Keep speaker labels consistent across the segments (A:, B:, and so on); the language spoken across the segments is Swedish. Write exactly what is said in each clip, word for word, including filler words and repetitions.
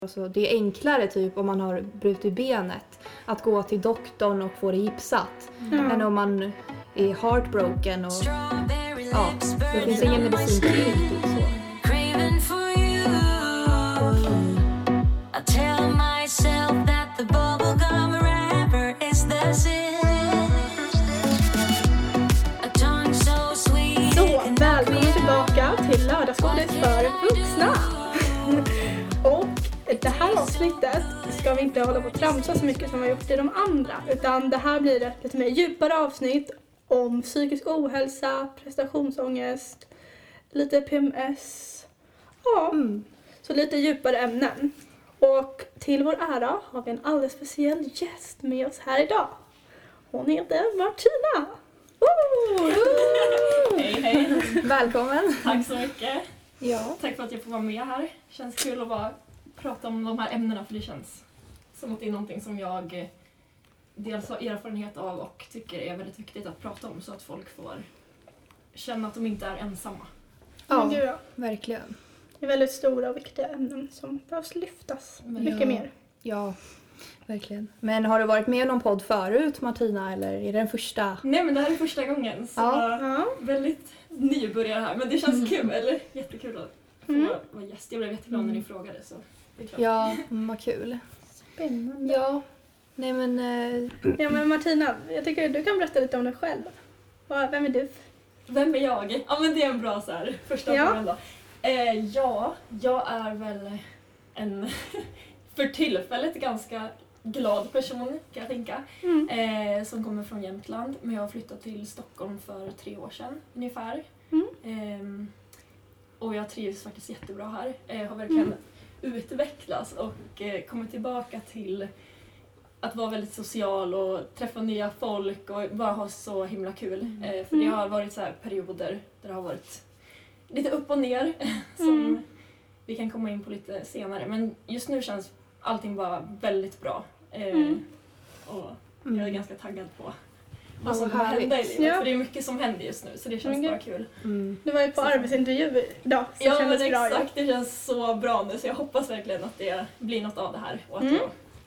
A: Alltså, det är enklare typ om man har brutit benet att gå till doktorn och få det gipsat mm. än om man är heartbroken och ja, det finns ingen medicin till riktigt så.
B: Så, välkommen tillbaka till Lördagsgodis för vuxna. Och det här avsnittet ska vi inte hålla på att tramsa så mycket som vi har gjort i de andra. Utan det här blir ett lite mer djupare avsnitt om psykisk ohälsa, prestationsångest, lite P M S. Ja, mm. så lite djupare ämnen. Och till vår ära har vi en alldeles speciell gäst med oss här idag. Hon heter Martina.
C: Woo! Hej, hej.
A: Välkommen.
C: Tack så mycket.
A: Ja.
C: Tack för att jag får vara med här. Känns kul att bara prata om de här ämnena för det känns som att det är någonting som jag dels har erfarenhet av och tycker är väldigt viktigt att prata om så att folk får känna att de inte är ensamma.
A: Ja, ja. Verkligen.
B: Det är väldigt stora och viktiga ämnen som behövs lyftas mycket
A: ja.
B: mer.
A: Ja, verkligen. Men har du varit med i någon podd förut, Martina, eller är det den första?
C: Nej, men det här är första gången. Så
A: ja.
C: ja. Väldigt nybörjare här. Men det känns mm. kul, eller jättekul att få mm. vara gäst. Jag blev jätteglad när ni frågade. Så det är klart.
A: Ja, vad kul.
B: Spännande.
A: Ja, nej men... Uh...
B: Ja, men Martina, jag tycker att du kan berätta lite om dig själv. Vem är du?
C: Vem är jag? Ja, men det är en bra så här, första
B: ja.
C: frågan då. Eh, ja, jag är väl en för tillfället ganska glad person kan jag tänka. Mm. Eh, som kommer från Jämtland. Men jag har flyttat till Stockholm för tre år sedan ungefär.
B: Mm.
C: Eh, och jag trivs faktiskt jättebra här. Eh, har verkligen mm. utvecklats och eh, kommit tillbaka till att vara väldigt social och träffa nya folk och bara ha så himla kul. Mm. Eh, för det har varit så här perioder där det har varit lite upp och ner som mm. vi kan komma in på lite senare. Men just nu känns allting bara väldigt bra. Eh, mm. Och jag är ganska taggad på vad som kommer hända i livet. Ja. För det är mycket som händer just nu så det känns mm. bara kul.
B: Mm. Du var ju på så. arbetsintervju idag så
C: ja,
B: kändes
C: men
B: bra.
C: Exakt, det känns så bra nu så jag hoppas verkligen att det blir något av det här. Och att mm. jag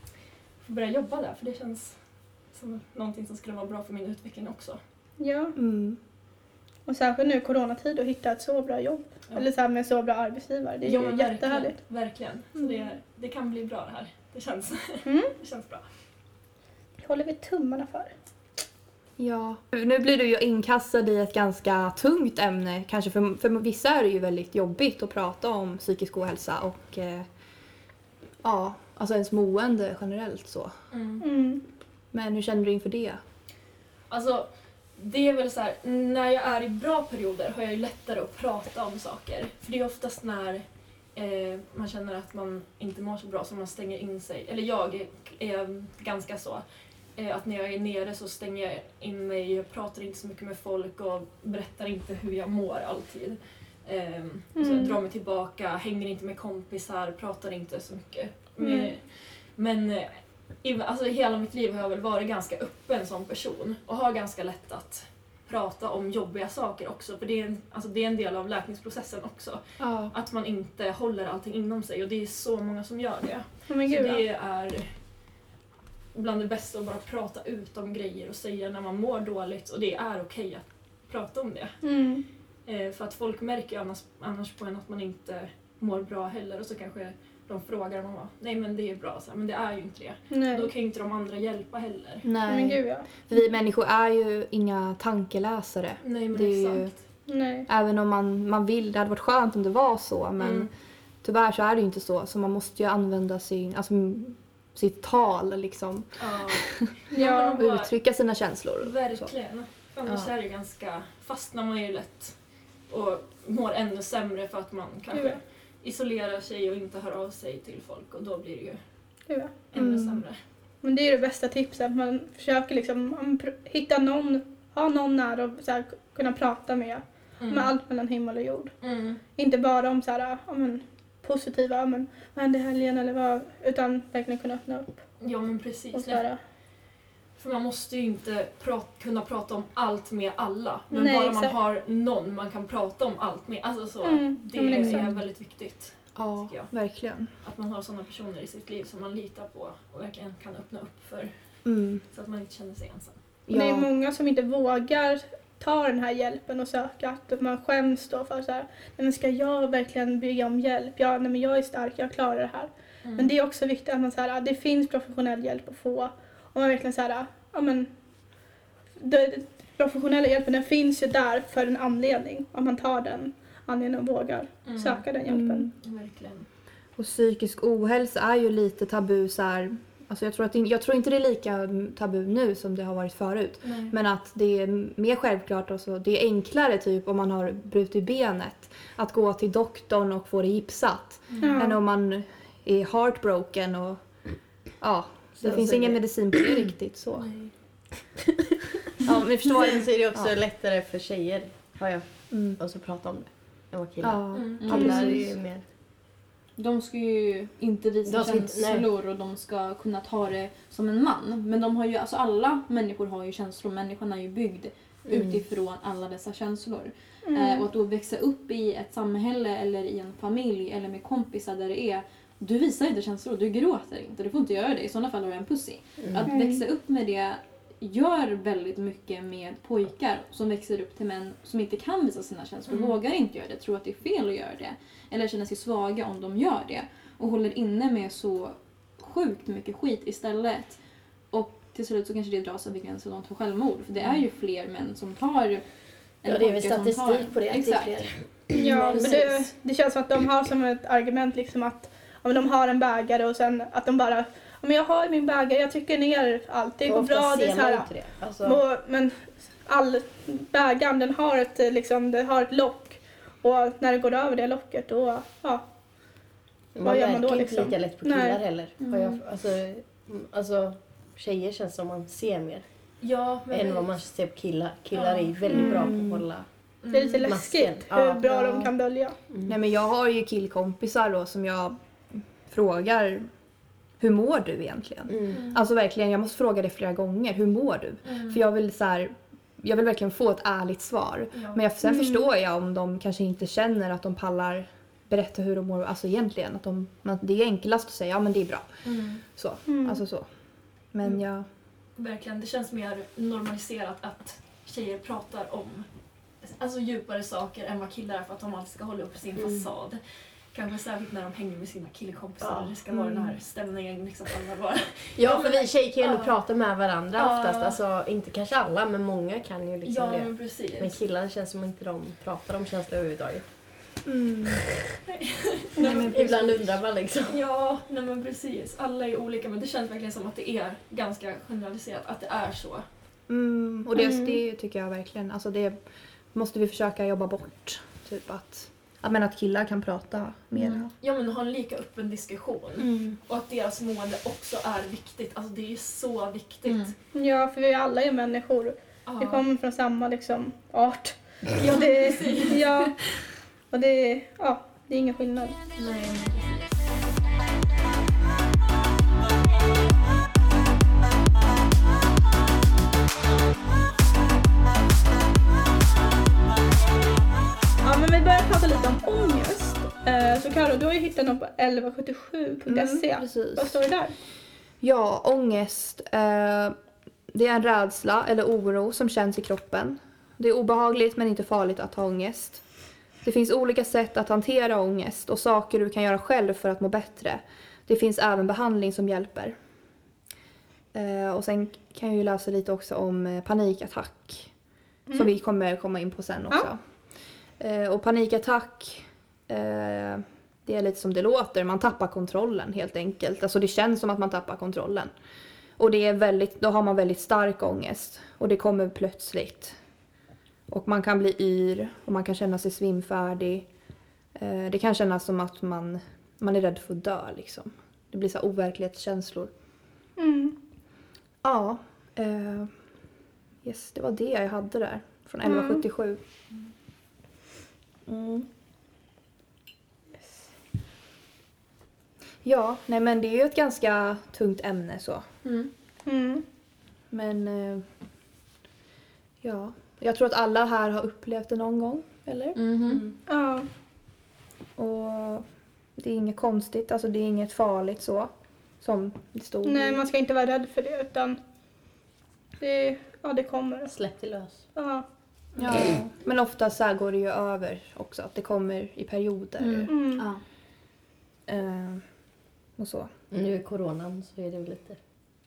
C: får börja jobba där för det känns som någonting som skulle vara bra för min utveckling också.
B: Ja. Mm. Och särskilt nu i coronatid att hitta ett så bra jobb. Ja. Eller så här med så bra arbetsgivare. Det är ja, ju jättehärligt.
C: Verkligen. Så
B: mm.
C: det, det kan bli bra det här. Det känns,
B: mm.
C: det känns bra.
B: Det håller vi tummarna för.
A: Ja. Nu blir du ju inkastad i ett ganska tungt ämne. Kanske för, för vissa är det ju väldigt jobbigt att prata om psykisk ohälsa och eh, ja, alltså ens mående generellt så.
C: Mm.
B: Mm.
A: Men hur känner du inför det?
C: Alltså, det är väl så här, när jag är i bra perioder har jag ju lättare att prata om saker. För det är oftast när eh, man känner att man inte mår så bra som man stänger in sig. Eller jag är, är ganska så. Eh, att när jag är nere så stänger jag in mig, jag pratar inte så mycket med folk och berättar inte hur jag mår alltid. Eh, mm. Så jag drar mig tillbaka, hänger inte med kompisar, pratar inte så mycket.
B: Mm.
C: Men, men I, alltså, i hela mitt liv har jag väl varit ganska öppen som person och har ganska lätt att prata om jobbiga saker också. För det är en, alltså, det är en del av läkningsprocessen också.
A: Ja.
C: Att man inte håller allting inom sig och det är så många som gör det.
B: Oh my
C: så
B: God.
C: det är bland det bästa att bara prata ut om grejer och säga när man mår dåligt och det är okej att prata om det.
B: Mm.
C: Eh, för att folk märker annars, annars på en att man inte mår bra heller och så kanske de frågar man bara, nej men det är bra så här, men det är ju inte det.
B: Nej.
C: Då kan ju inte de andra hjälpa heller.
A: Nej.
B: Men gud, ja.
A: För vi människor är ju inga tankeläsare.
C: Nej men
A: det är
C: exakt.
A: Ju,
B: nej.
A: även om man, man vill, det hade varit skönt om det var så, men
C: mm.
A: tyvärr så är det ju inte så. Så man måste ju använda sin, alltså, sitt tal liksom.
C: Ja.
B: ja.
A: Och uttrycka sina känslor.
C: Verkligen. Annars ja. är det ganska, fastnar man ju lätt och mår ännu sämre för att man kanske
B: ja.
C: isolerar sig och inte hör av sig till folk och då blir det ju
B: ja.
C: ännu
A: mm.
C: sämre.
B: Men det är det bästa tipset, man försöker liksom hitta någon, ha någon nära och så här, kunna prata med, mm. med allt mellan himmel och jord.
C: Mm.
B: Inte bara om så här, ja, men, positiva, ja, men, vad hände i helgen eller vad, utan verkligen kunna öppna upp.
C: Ja men precis.
B: Och så här,
C: för man måste ju inte prata, kunna prata om allt med alla. Men
B: nej,
C: bara
B: exakt.
C: man har någon man kan prata om allt med. Alltså så,
B: mm.
C: det
B: ja,
C: är väldigt viktigt.
A: Ja,
C: tycker jag.
A: verkligen.
C: Att man har sådana personer i sitt liv som man litar på och verkligen kan öppna upp för.
A: Mm.
C: Så att man inte känner sig ensam.
B: Och det är
A: Ja.
B: många som inte vågar ta den här hjälpen och söka. Att man skäms då för så här, nej men ska jag verkligen bygga om hjälp? Ja, nej men jag är stark, jag klarar det här.
C: Mm.
B: Men det är också viktigt att man så här, det finns professionell hjälp att få. Och man verkligen så här, ja men det, professionella hjälpen den finns ju där för en anledning. Om man tar den anledningen och vågar
C: Mm.
B: söka den hjälpen.
A: Mm.
C: Verkligen.
A: Och psykisk ohälsa är ju lite tabu så här. Alltså jag, tror att det, jag tror inte det är lika tabu nu som det har varit förut.
C: Nej.
A: Men att det är mer självklart och så. Det är enklare typ om man har brutit benet att gå till doktorn och få det gipsat.
B: Ja.
A: Än om man är heartbroken och ja, det
D: Sen
A: finns
D: så är
A: ingen
D: det-
A: medicin på det riktigt så.
C: Nej.
A: Ja, men ni förstår.
D: Sen så är det också
A: Ja.
D: lättare för tjejer, har jag
A: Mm.
D: också pratat om det, än vad killar.
A: Ja.
C: Mm.
A: Ja,
D: Killar är
A: precis.
D: ju mer...
E: De ska ju inte visa
D: De ska inte-
E: känslor och de ska kunna ta det som en man. Men de har ju, alltså alla människor har ju känslor. Människan är ju byggd
D: Mm.
E: utifrån alla dessa känslor.
B: Mm.
E: Eh, och att då växa upp i ett samhälle eller i en familj eller med kompisar där det är du visar inte känslor, du gråter inte, du får inte göra det. I sådana fall har du en pussy.
D: Mm.
E: Att
B: Mm.
E: växa upp med det gör väldigt mycket med pojkar som växer upp till män som inte kan visa sina känslor,
C: Mm.
E: vågar inte göra det, tror att det är fel att göra det. Eller känner sig svaga om de gör det. Och håller inne med så sjukt mycket skit istället. Och till slut så kanske det dras av gränsen långt för självmord. För det är ju fler män som tar en
D: Ja, det är väl
E: pojke som
D: statistik
E: tar-
D: på det. att det är
E: Exakt.
D: fler.
B: Ja, men det,
D: Precis.
B: det känns som att de har som ett argument liksom att om de har en bägare och sen att de bara, ja, men jag har min bägare, jag trycker ner allt, det går
D: Ofta
B: bra, det är
D: ser
B: så
D: man
B: här.
D: inte det. Alltså,
B: Och, men all bägaren den har ett, liksom, det har ett lock och när det går över det locket då, ja.
D: man
B: vad gör man
D: märker
B: då,
D: inte
B: liksom?
D: lika lätt på
B: Nej.
D: killar heller. Har jag,
E: Mm.
D: alltså, mm, alltså, tjejer känns som man ser mer
C: Ja, men
D: än vad man ser på killar. Killar är ju väldigt
A: Mm.
D: bra på att hålla...
B: Det är lite
C: Mm.
B: läskigt
D: Masken.
B: hur
D: Ja.
B: bra
A: Ja.
B: de kan dölja.
D: Mm.
A: Nej men jag har ju killkompisar då som jag frågar hur mår du egentligen?
D: Mm.
A: Alltså verkligen, jag måste fråga det flera gånger. Hur mår du?
C: Mm.
A: För jag vill så här, jag vill verkligen få ett ärligt svar.
C: Ja.
A: Men jag, sen
B: Mm.
A: förstår jag om de kanske inte känner att de pallar berätta hur de mår. Alltså egentligen, att de, att det är enklast att säga ja men det är bra.
C: Mm.
A: Så,
B: Mm.
A: alltså så. Men
C: Mm.
A: jag...
C: Verkligen, det känns mer normaliserat att tjejer pratar om alltså djupare saker än vad killar är för att de alltid ska hålla upp sin
D: Mm.
C: fasad. Kanske särskilt när de hänger med sina killkompisar
D: Ja.
C: och det ska vara den här
A: Mm.
C: stämningen liksom alla bara.
D: Ja, för vi tjejer kan ju ändå
C: Ja.
D: prata med varandra
C: Ja.
D: oftast. Alltså, inte kanske alla, men många kan ju liksom
C: Ja,
D: det.
C: men precis.
D: Men killar känns som inte de pratar om känslor överhuvudtaget.
A: Mm.
C: Nej,
A: men
C: men,
D: Ibland undrar man liksom.
C: ja, nej men precis. Alla är olika men det känns verkligen som att det är ganska generaliserat att det är så.
A: Mm. Och det,
B: Mm.
A: det tycker jag verkligen. Alltså det måste vi försöka jobba bort. Typ att, att, men att killar kan prata mer.
C: Mm. Ja men ha en lika öppen diskussion.
A: Mm.
C: Och att deras mående också är viktigt. Alltså det är ju så viktigt.
E: Mm.
B: Ja, för vi alla är människor.
C: Ja.
B: Vi kommer från samma liksom, art.
C: Ja,
B: Och det,
C: precis.
B: ja, och det, ja, det är ingen skillnad.
C: Nej, men precis.
B: Ja, men vi börjar prata lite om ångest. Eh, Så Karo, du har ju hittat något på elva sjuttiosju punkt se.
A: Mm, precis.
B: Vad står det där?
A: Ja, ångest. Eh, det är en rädsla eller oro som känns i kroppen. Det är obehagligt men inte farligt att ha ångest. Det finns olika sätt att hantera ångest och saker du kan göra själv för att må bättre. Det finns även behandling som hjälper. Eh, och sen kan jag ju läsa lite också om eh, panikattack.
B: Mm.
A: Som vi kommer komma in på sen också. Eh, och panikattack, eh, det är lite som det låter. Man tappar kontrollen helt enkelt. Alltså det känns som att man tappar kontrollen. Och det är väldigt, då har man väldigt stark ångest. Och det kommer plötsligt. Och man kan bli yr och man kan känna sig svimfärdig. Eh, det kan kännas som att man, man är rädd för att dö liksom. Det blir så här overklighetskänslor.
B: Mm.
A: Ja, eh, yes, det var det jag hade där. Från elva sjuttiosju. Mm. Ja, nej men det är ju ett ganska tungt ämne så.
E: Mm.
B: Mm.
A: Men eh, ja, jag tror att alla här har upplevt det någon gång, eller?
E: Mhm.
B: Ja.
A: Och det är inget konstigt, alltså det är inget farligt så. Som det stod.
B: Nej, man ska inte vara rädd för det utan det, ja, det kommer.
D: Släpp det lös.
B: Ja.
A: Ja. Men ofta så här går det ju över också, att det kommer i perioder.
E: Mm.
B: Mm.
E: Ja.
A: Eh, och så.
D: Nu i coronan så är det väl lite...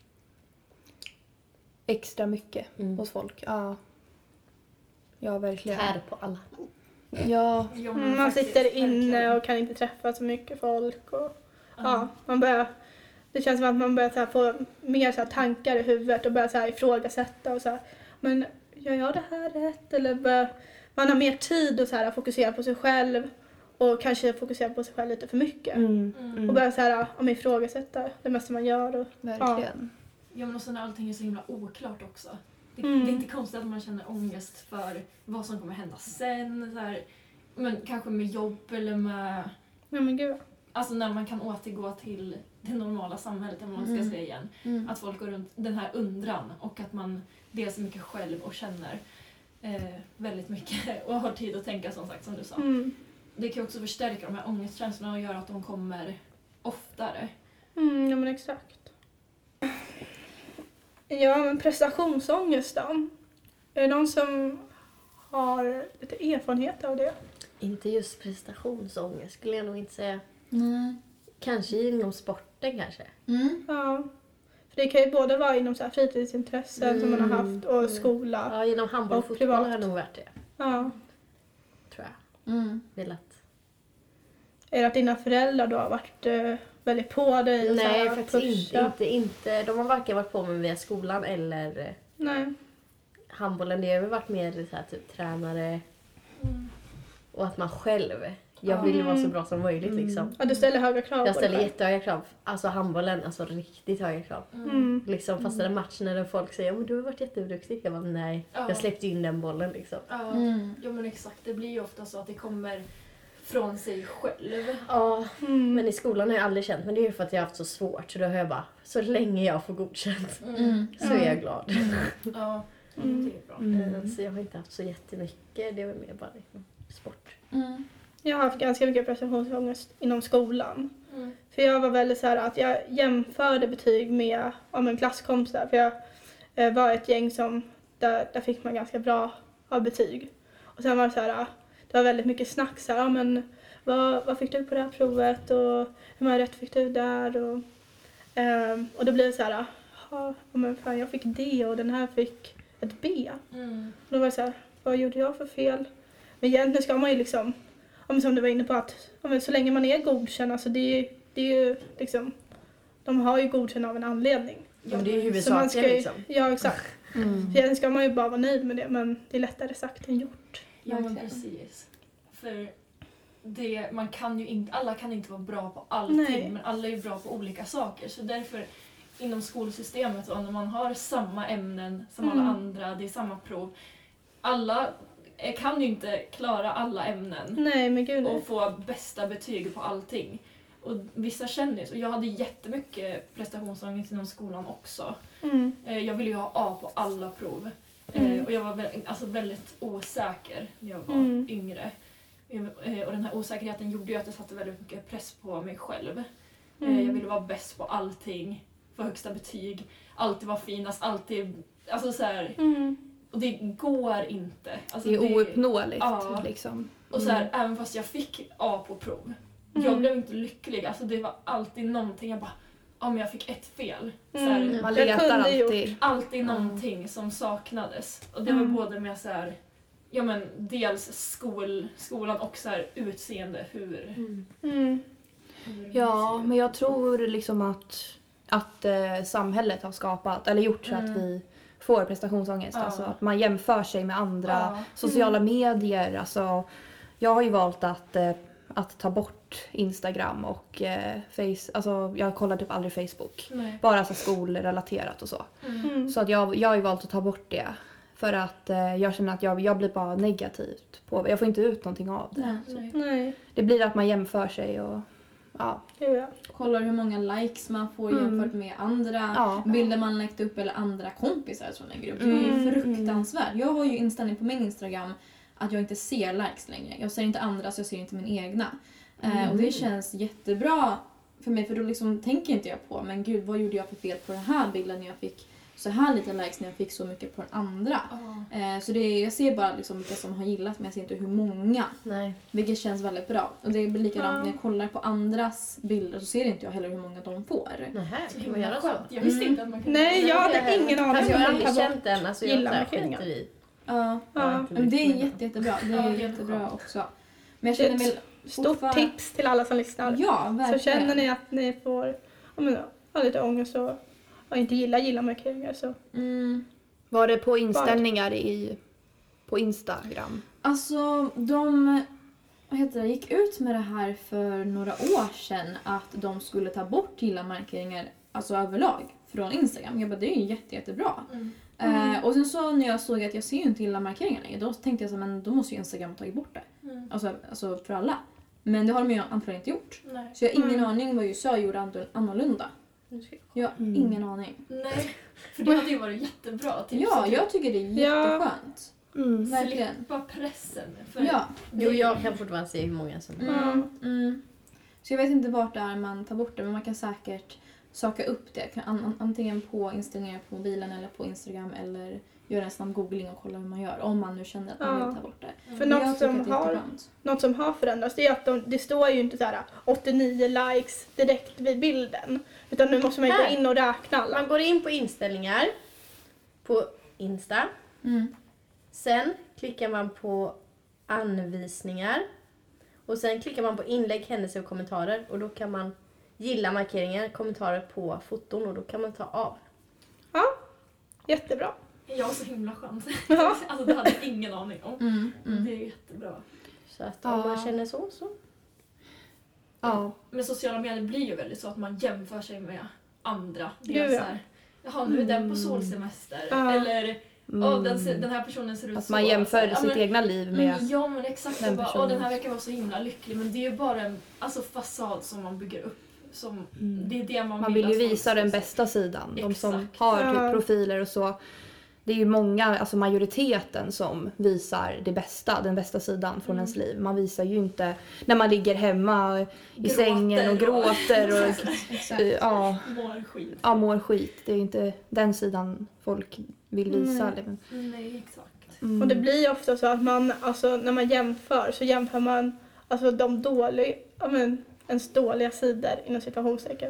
A: Extra mycket
D: Mm.
A: hos folk. Ja. Ja, verkligen.
D: Tär på alla.
A: Ja.
C: Ja, men
B: Mm, man
C: faktiskt,
B: sitter inne
C: verkligen.
B: och kan inte träffa så mycket folk. Och,
C: Ja.
B: ja, man börjar, det känns som att man börjar så här få mer så här tankar i huvudet och börjar så här ifrågasätta. Och så här, men gör jag det här rätt? Eller bör, man har mer tid att så här fokusera på sig själv och kanske fokusera på sig själv lite för mycket.
A: Mm.
C: Mm.
B: Och börja så här, om ifrågasätta det mesta man gör. Och,
A: Verkligen.
C: Ja, men också när allting är så himla oklart också. Det,
B: Mm.
C: det är inte konstigt att man känner ångest för vad som kommer hända sen. Så här, men kanske med jobb eller med...
B: ja, men gud.
C: Alltså när man kan återgå till det normala samhället, eller vad man ska
E: Mm.
C: säga igen.
E: Mm.
C: Att folk går runt den här undran och att man dels är mycket själv och känner eh, väldigt mycket och har tid att tänka som sagt, som du sa.
B: Mm.
C: Det kan ju också förstärka de här ångestkänslorna och göra att de kommer oftare.
B: Mm, ja men exakt. Ja men prestationsångest då? Är det någon som har lite erfarenhet av det?
D: Inte just prestationsångest skulle jag nog inte säga.
E: Nej.
D: Kanske inom sporten kanske.
E: Mm.
B: Ja. För det kan ju både vara inom så här fritidsintressen som man har haft och
D: Mm.
B: skola.
D: Ja, genom handboll och
B: Och
D: fotboll
B: privat.
D: har jag nog varit det.
B: Ja.
D: Tror jag.
E: Mm.
D: Velat.
B: Är det att dina föräldrar då har varit eh, väldigt på dig? Och så
D: Nej,
B: här
D: faktiskt
B: pusha?
D: inte, inte, inte. De har varken varit på mig via skolan eller eh,
B: Nej.
D: handbollen. Det har väl varit mer så här, typ tränare
C: Mm.
D: och att man själv. Jag
C: Ja.
D: vill ju vara så bra som möjligt
A: Mm.
D: liksom.
B: Ja, du ställer höga krav
D: Jag
B: på dig
D: ställer
B: själv.
D: jättehöga krav. Alltså handbollen, alltså riktigt höga krav.
B: Mm.
D: Liksom fast den matchen när folk säger men du har varit jätteduktig. Jag bara nej,
C: Ja.
D: jag släppte in den bollen liksom.
C: Ja,
E: Mm.
C: ja, men exakt. Det blir ju ofta så att det kommer från sig själv.
D: Ja,
B: Mm.
D: men i skolan har jag aldrig känt, men det är ju för att jag har haft så svårt så då har jag bara, så länge jag får godkänt
E: Mm.
D: så är jag glad.
C: Ja,
B: Mm.
C: det är bra.
A: Mm.
D: Så jag har inte haft så jättemycket, det är väl mer bara liksom sport.
E: Mm.
B: Jag har haft ganska mycket prestationsångest inom skolan.
C: Mm.
B: För jag var väldigt så här att jag jämförde betyg med om en klasskompisar. För jag eh, var ett gäng som, där, där fick man ganska bra av betyg. Och sen var det så här, det var väldigt mycket snack så här, ja, men vad, vad fick du på det här provet och hur många rätt fick du där? Och, ehm, och då blev det så här, ja men fan jag fick D och den här fick ett B.
C: Mm.
B: Och då var det så här, vad gjorde jag för fel? Men egentligen ska man ju liksom, ja, men som du var inne på, att ja, men så länge man är godkänd, alltså det är, det är ju liksom, de har ju godkänd av en anledning.
D: Ja, men det är ju
B: Så man
D: huvudsaken
B: ska ju,
D: liksom.
B: ja exakt.
A: Mm.
B: Så egentligen ska man ju bara vara nöjd med det, men det är lättare sagt än gjort.
C: Ja, men
E: Verkligen.
C: precis. För det, man kan ju inte, alla kan inte vara bra på allting,
B: Nej.
C: men alla är ju bra på olika saker. Så därför inom skolsystemet, och när man har samma ämnen som
B: Mm.
C: alla andra, det är samma prov. Alla eh, kan ju inte klara alla ämnen
B: Nej men gud nej.
C: och få bästa betyg på allting. Och vissa känner ju så. Jag hade jättemycket prestationsångest inom skolan också.
B: Mm.
C: Eh, Jag ville ju ha A på alla prov.
B: Mm.
C: Eh, Och jag var vä- alltså väldigt osäker när jag var
B: Mm.
C: yngre. Eh, Och den här osäkerheten gjorde ju att jag satte väldigt mycket press på mig själv. Eh,
B: Mm.
C: Jag ville vara bäst på allting, få högsta betyg, alltid vara finast, alltid... Alltså så här,
B: Mm.
C: och det går inte. Alltså
A: Det är ouppnåeligt
C: Ja.
A: liksom.
C: Och så här, även fast jag fick A på prov, jag
B: Mm.
C: blev inte lycklig. Alltså det var alltid någonting, jag bara, ja men jag fick ett fel. Så här,
B: Mm.
A: Man
B: Jag
A: letar
B: kunde
A: alltid.
C: alltid någonting som saknades. Och det var
B: Mm.
C: både med så här, ja men dels skol, skolan och så här utseende, hur...
D: Mm.
B: Mm.
C: hur
A: Ja,
C: det ser
A: men jag tror liksom att, att eh, samhället har skapat, eller gjort så
C: Mm.
A: att vi får prestationsångest.
C: Ja.
A: Alltså att man jämför sig med andra.
C: Ja.
A: Sociala medier, alltså jag har ju valt att, eh, att ta bort Instagram och eh, face, alltså jag kollar typ aldrig Facebook.
C: Nej.
A: Bara så skolrelaterat och så.
C: Mm.
B: Mm.
A: Så att jag, jag har ju valt att ta bort det. För att eh, jag känner att jag, jag blir bara negativt på, jag får inte ut någonting av det.
C: Nej.
B: Nej,
A: Det blir att man jämför sig och ja.
B: gud ja.
E: Kollar hur många likes man får
A: Mm.
E: jämfört med andra
A: Ja.
E: bilder man lagt upp eller andra kompisar från en grupp. Det är
A: Mm,
E: ju fruktansvärt. Jag har ju inställning på min Instagram att jag inte ser likes längre. Jag ser inte andras, jag ser inte min egna. Eh, och det känns jättebra för mig, för då liksom tänker inte jag på, men gud, vad gjorde jag för fel på den här bilden när jag fick så här lite likes när jag fick så mycket på den andra.
C: Oh.
E: Eh, så det är, jag ser bara liksom vilka som har gillat, men jag ser inte hur många.
D: Nej.
E: Vilket känns väldigt bra. Och det blir likadant
B: Ja.
E: när jag kollar på andras bilder så ser inte jag heller hur många de får.
D: Nähä,
C: Så
D: kan man
C: himla
D: göra så?
C: skönt. Jag visste
E: Mm.
C: inte att man kunde.
B: Nej, jag hade ingen aning
D: Fast jag
B: om
D: har
B: att man
D: aldrig
B: tar bort
D: känt den. Alltså jag
B: gilla
D: så här
B: markeringar.
D: skiter i.
E: Ja.
B: Ja.
E: Men det är jätte, jättebra. Det
C: Ja,
E: är
C: det är
E: jättebra
C: skönt.
E: också. Men jag känner mig
B: Stort
E: fortfarande-
B: tips till alla som lyssnar.
E: Ja,
B: Så
E: verkligen.
B: känner ni att ni får ja, men, ha lite ångest och, och inte gilla gilla markeringar så
E: Mm.
A: Var det på inställningar i, på Instagram?
E: Alltså, de vad heter det, gick ut med det här för några år sedan att de skulle ta bort gilla-markeringar alltså överlag från Instagram. Jag bara, det är ju jätte, jättebra.
C: Mm.
E: Eh, och sen så när jag såg att jag ser ju inte gilla-markeringar längre, då tänkte jag så men då måste ju Instagram ha tagit bort det.
C: Mm.
E: Alltså, alltså för alla. Men det har de ju antagligen inte gjort.
C: Nej.
E: Så jag har ingen
B: Mm.
E: aning vad U S A gjorde an- annorlunda. Jag har
A: Mm.
E: ingen aning.
C: Nej, för det hade ju varit jättebra tips.
E: Ja,
C: att
E: jag tycker det är
B: Ja.
E: jätteskönt.
A: Mm.
E: Verkligen.
C: slippa pressen. För
E: Ja.
D: Jo, jag kan fortfarande se hur många som...
E: Mm. Mm. Så jag vet inte vart det är man tar bort det, men man kan säkert söka upp det. Kan- an- Antingen på inställningar på mobilen eller på Instagram, eller göra en snabb googling och kolla hur man gör. Om man nu känner att man
B: Ja.
E: vill ta bort det.
B: För
E: Men
B: något
E: jag tycker
B: som
E: att det är
B: har-
E: jätteskönt.
B: något som har förändrats det är att de, det står ju inte så här åttionio likes direkt vid bilden. Utan nu måste man ju gå
D: Här.
B: in och räkna alla.
D: Man går in på inställningar på Insta.
E: Mm.
D: Sen klickar man på anvisningar. Och sen klickar man på inlägg, händelser och kommentarer. Och då kan man gilla markeringar, kommentarer på foton och då kan man ta av.
B: Ja, jättebra.
C: Jag har så himla skönt.
B: Ja.
C: Alltså det hade jag ingen aning om.
E: Mm. Mm.
C: Det är jättebra.
D: Så att
A: Ja.
D: om man känner så, så.
A: Ja.
C: Men sociala medier blir ju väldigt så att man jämför sig med andra. Det
B: Gud,
C: är
B: ja.
C: så här, jaha nu är den på solsemester.
B: Ja.
C: Eller
A: Mm.
C: åh, den, ser- den här personen ser ut
A: Att
C: så.
A: man jämför
C: ja,
A: sitt
C: men,
A: egna liv med...
C: Mm, ja men exakt.
A: den
C: Den, bara, åh,
A: personen.
C: den här veckan var så himla lycklig. Men det är ju bara en alltså, fasad som man bygger upp. Som,
A: Mm.
C: Det är det man,
A: Man vill ju
C: att folk
A: visa
C: ska
A: den
C: se.
A: bästa sidan. De som
C: Exakt.
A: har
B: Ja.
A: typ profiler och så. Det är ju många, alltså majoriteten som visar det bästa, den bästa sidan från
C: Mm.
A: ens liv. Man visar ju inte när man ligger hemma i
C: Gråter
A: sängen och
C: och-
A: gråter och
E: Exakt.
A: eh, ja,
C: Mår skit.
A: ja, mår skit. Det är ju inte den sidan folk vill visa.
B: Nej.
A: Mm.
C: Nej exakt.
A: Mm.
B: Och det blir ju ofta så att man, alltså när man jämför så jämför man alltså de dåliga, ja men ens dåliga sidor inom situationstecken.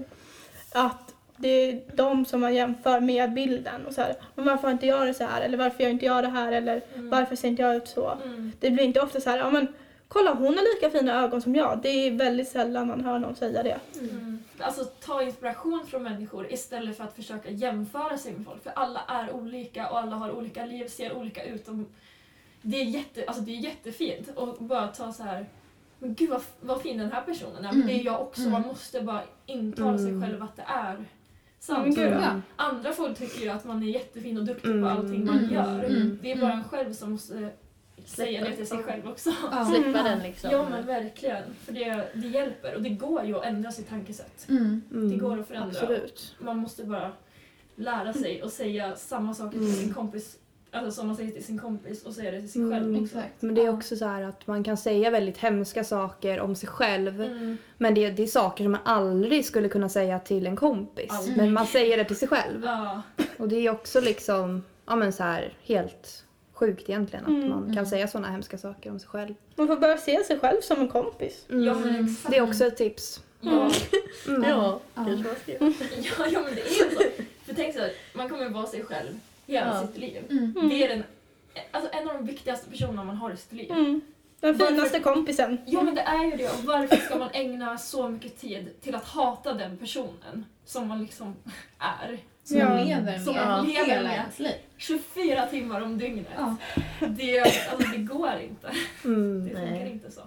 B: Att det är de som man jämför med bilden och så här, men varför har inte jag det så här? Eller varför gör inte jag det här? Eller
C: Mm.
B: varför ser inte jag ut så?
C: Mm.
B: Det blir inte ofta så här, ja men kolla hon har lika fina ögon som jag. Det är väldigt sällan man hör någon säga det.
C: Mm. Alltså ta inspiration från människor istället för att försöka jämföra sig med folk. För alla är olika och alla har olika liv, ser olika ut. Och det, är jätte, alltså det är jättefint och bara ta så här. Men gud vad, vad fin den här personen är. Men
E: Mm.
C: det är jag också.
E: Mm.
C: Man måste bara intala sig
A: Mm.
C: själv att det är
B: Men
C: sant.
B: gud,
E: ja.
C: Andra folk tycker ju att man är jättefin och duktig
A: Mm.
C: på allting man
E: Mm.
C: gör.
E: Mm.
C: Det är bara en själv som måste säga det till sig själv också.
E: Ja.
D: Slippa
B: Mm.
D: den liksom.
C: Ja men verkligen. För det, det hjälper och det går ju att ändra sitt tankesätt.
E: Mm.
A: Mm.
C: Det går att förändra.
A: Absolut.
C: Man måste bara lära sig och säga samma saker till
A: Mm.
C: sin kompis. Alltså som man säger till sin kompis och säga det till sig
A: Mm,
C: själv också.
E: Exakt.
A: Men det är
E: Ja.
A: också så här att man kan säga väldigt hemska saker om sig själv.
C: Mm.
A: Men det, det är saker som man aldrig skulle kunna säga till en kompis.
C: Aldrig.
A: Men man säger det till sig själv.
C: Ja.
A: Och det är också liksom, ja men så här helt sjukt egentligen att
B: Mm.
A: man kan
E: Mm.
A: säga sådana hemska saker om sig själj.
B: Man får börja se sig själv som en kompis.
A: Mm.
C: Ja, men exakt.
A: Det är också ett tips.
C: Ja.
A: Mm.
D: Ja,
E: Ja.
D: kanske man ska göra.
C: Ja, ja men det är ju så. För tänk så här, man kommer vara sig själv hela
D: Ja.
C: sitt liv.
E: Mm.
C: Det är den, alltså en av de viktigaste personerna man har i sitt liv.
B: Mm. Den
C: Varför-
B: finaste kompisen.
C: Ja men det är ju det. Och varför ska man ägna så mycket tid till att hata den personen som man liksom är?
E: Som
B: Ja.
E: man lever
C: Som
E: med
C: man lever
E: hela
C: med.
E: ens liv.
C: tjugofyra timmar om dygnet.
E: Ja.
C: Det, alltså, det går inte.
A: Mm.
C: Det funkar
D: Nej.
C: inte så.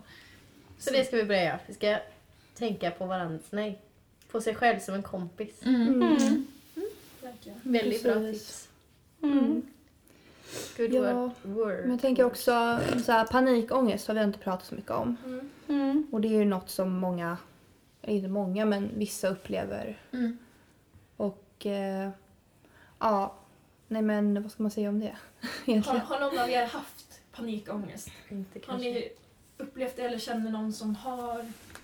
D: Så det ska vi börja göra. Vi ska tänka på varandra. Nej, på sig själv som en kompis.
E: Mm.
B: Mm.
C: Verkligen.
D: Väldigt bra
A: Precis.
D: tips.
B: Mm.
D: Good
A: Ja,
D: word. word.
A: Men jag tänker också, så här, panikångest har vi inte pratat så mycket om.
C: Mm.
B: Mm.
A: Och det är ju något som många, eller inte många, men vissa upplever.
E: Mm.
A: Och eh, ja, nej men vad ska man säga om det
C: Har,
A: egentligen?
C: har någon av er haft panikångest?
D: Inte
C: Har
D: kanske.
C: ni upplevt det eller känner någon som har?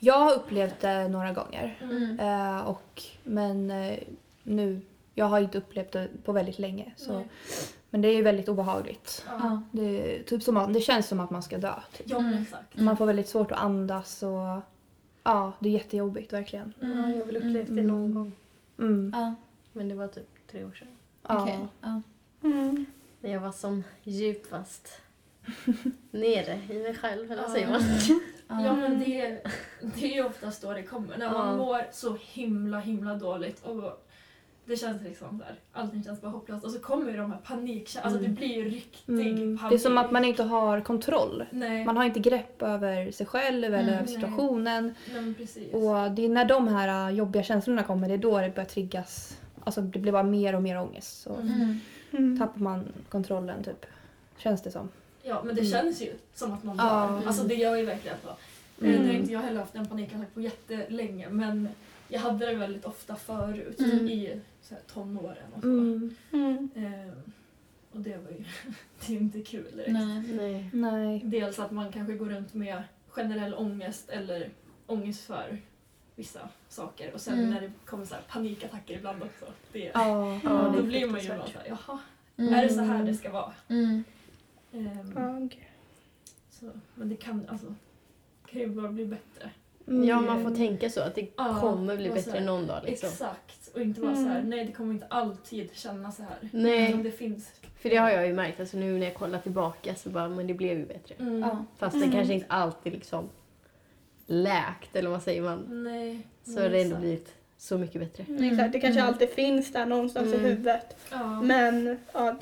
A: Jag har upplevt det några gånger.
C: Mm.
A: Eh, och, men eh, nu, jag har inte upplevt det på väldigt länge. Så.
C: Nej.
A: Men det är ju väldigt obehagligt.
C: Ja.
A: Det, är typ som att, det känns som att man ska dö. Typ.
C: Ja, men exakt.
A: Man får väldigt svårt att andas och ja, det är jättejobbigt verkligen.
D: Ja, jag har väl upplevt det någon gång.
A: Mm.
E: Ja,
D: Men det var typ tre år sedan.
A: Ja.
E: okej. Ja.
B: Mm.
D: När jag var som djupast nere i mig själv, eller vad säger
C: Ja.
D: man?
C: Ja, men det, det är ju oftast då det kommer. När man
D: Ja.
C: mår så himla, himla dåligt och det känns liksom där, allting känns bara hopplöst. Och så kommer ju de här panikkänslorna, alltså det
D: Mm.
C: blir ju riktig
A: Mm.
C: panik.
A: Det är som att man inte har kontroll.
C: Nej,
A: Man har inte grepp över sig själv eller
E: Mm.
A: över situationen.
C: nej men precis.
A: Och det är när de här äh, jobbiga känslorna kommer, det är då det börjar triggas. Alltså det blir bara mer och mer ångest. Så
C: Mm.
E: Mm.
B: Mm.
A: tappar man kontrollen typ. Känns det som.
C: Ja, men det
A: Mm.
C: känns ju som att man dör.
A: Ja.
C: Alltså det gör ju verkligen så.
A: Mm.
C: Mm. Det har inte jag heller haft en panikattack på jättelänge, men jag hade det väldigt ofta förut
E: Mm.
C: i så här, tonåren och så.
A: Mm.
B: Mm.
C: Ehm, och det var ju det är inte kul direkt.
E: Nej.
D: Nej.
A: Nej.
C: Dels att man kanske går runt med generell ångest eller ångest för vissa saker och sen
E: Mm.
C: när det kommer så här panikattacker ibland också. Det,
A: Ja.
B: Ja,
C: då
B: det är
C: blir man ju bara
B: fruktansvärt.
C: såhär, jaha,
E: Mm.
C: är det så här det ska vara?
E: Mm.
C: Ehm,
B: Ja, okej.
C: så, men det kan, alltså, kan ju bara bli bättre.
A: Mm.
D: Ja, man får tänka så att det
C: Ja,
D: kommer bli
C: och så
D: bättre
C: här,
D: någon dag liksom.
C: Exakt, och inte vara
B: Mm.
C: så här, nej det kommer inte alltid kännas så här.
D: Nej.
C: Utan det finns.
D: För det har jag ju märkt, alltså nu när jag kollar tillbaka så bara, men det blev ju bättre.
C: Mm.
E: Ja.
D: Fast
B: Mm.
D: det kanske inte alltid liksom läkt, eller vad säger man?
C: Nej.
D: Så
C: nej,
D: har det ändå
C: exakt.
D: blivit så mycket bättre.
B: Mm. Exakt, det kanske
E: Mm.
B: alltid finns där någonstans
D: Mm.
B: i huvudet.
C: Ja.
B: Men ja,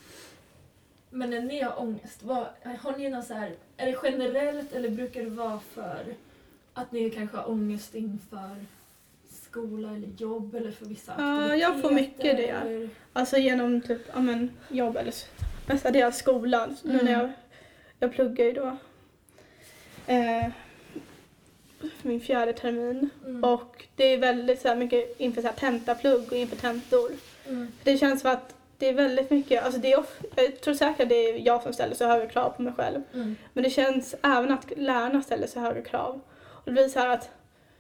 C: Men när ni har ångest, vad, har ni någon så här, är det generellt eller brukar det vara för att ni kanske har ångest inför skola eller jobb eller för vissa
B: Ja, jag får mycket det.
C: eller-
B: alltså genom typ ja, men, jobb eller s- mestadels skolan. Nu
E: Mm.
B: när jag, jag pluggar ju då eh, min fjärde termin.
C: Mm.
B: Och det är väldigt så här, mycket inför så här, tentaplugg och inför tentor.
C: Mm.
B: Det känns som att det är väldigt mycket, alltså det är, of- jag tror säkert att det är jag som ställer så höga krav på mig själv.
C: Mm.
B: Men det känns även att lärarna ställer så höga krav. Och det blir så här att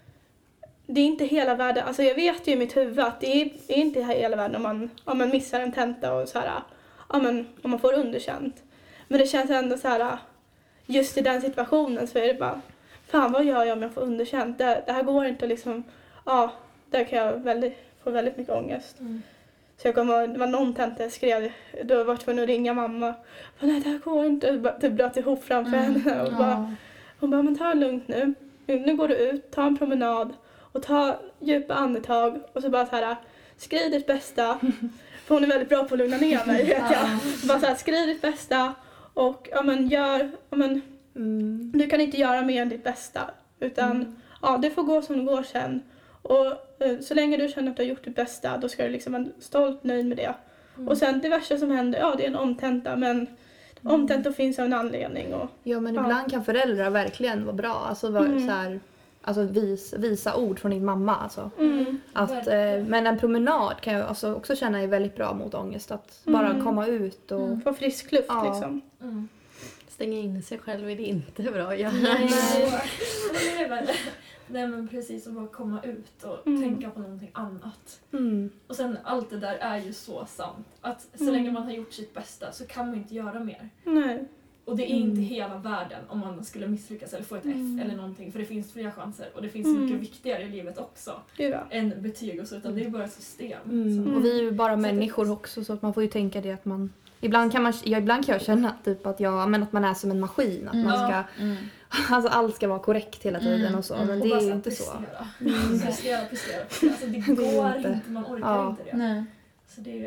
B: det är inte hela världen, alltså jag vet ju i mitt huvud att det är, är inte hela världen om man, om man missar en tenta och så här, ja men om man får underkänt. Men det känns ändå så här, just i den situationen så är det bara, fan vad gör jag om jag får underkänt? Det, det här går inte liksom, ja, där kan jag väldigt, få väldigt mycket ångest.
C: Mm.
B: Så jag kommer ihåg, det var någon tenta jag skrev, då var jag tvungen att ringa mamma. Bara, nej det här går inte, jag bara- typ bröt ihop framför
E: Mm.
B: henne. Och bara,
E: Ja.
B: hon bara, men ta det lugnt nu. Nu går du ut, ta en promenad och ta djupa andetag och så bara så här, skriv ditt bästa. För hon är väldigt bra på att lugna ner mig, vet jag. Bara så här, skriv ditt bästa och ja men gör, ja men
A: Mm.
B: du kan inte göra mer än ditt bästa. Utan
A: Mm.
B: ja, det får gå som det går sen. Och eh, så länge du känner att du har gjort ditt bästa, då ska du liksom vara stolt nöjd med det.
C: Mm.
B: Och sen det värsta som händer, ja det är en omtenta, men omtentor finns av en anledning. Och,
A: Ja men
B: Ja.
A: ibland kan föräldrar verkligen vara bra. Alltså, vara
B: Mm.
A: så här, alltså vis, visa ord från din mamma. Alltså.
B: mm.
A: Att, eh,
C: Verkligen.
A: men en promenad kan jag alltså också känna är väldigt bra mot ångest. Att bara
B: Mm.
A: komma ut och...
E: Mm.
B: Få frisk luft
A: Ja.
B: liksom.
C: Mm.
D: Stänga in sig själv är det inte bra att göra.
C: Nej, det är väl, nej men precis, att bara komma ut och
B: Mm.
C: tänka på någonting annat.
A: Mm.
C: Och sen allt det där är ju så sant. Att så
B: Mm.
C: länge man har gjort sitt bästa så kan man inte göra mer.
B: Nej.
C: Och det är
A: Mm.
C: inte hela världen om man skulle misslyckas eller få ett
B: Mm.
C: F eller någonting. För det finns fler chanser och det finns
B: Mm.
C: mycket viktigare i livet också
B: Gud ja.
C: än betyg och så. Utan det är bara ett system.
A: Mm.
C: Så-
A: Och vi är ju bara
C: Så att-
A: människor också så att man får ju tänka det att man... Ibland kan, man, ja, ibland kan jag känna typ att, jag, men att man är som en maskin. Att man ska,
E: Mm.
A: alltså allt ska vara korrekt hela tiden
E: Mm.
A: och så.
E: Mm.
A: Men
C: Och
A: det
C: bara
A: är ju
C: så här
A: inte så.
C: prestera.
A: Mm.
C: Prestera, prestera, prestera. Alltså det
A: Det är
C: går
A: inte.
C: inte. Man orkar
A: Ja.
C: inte det.
E: Nej.
C: Så det,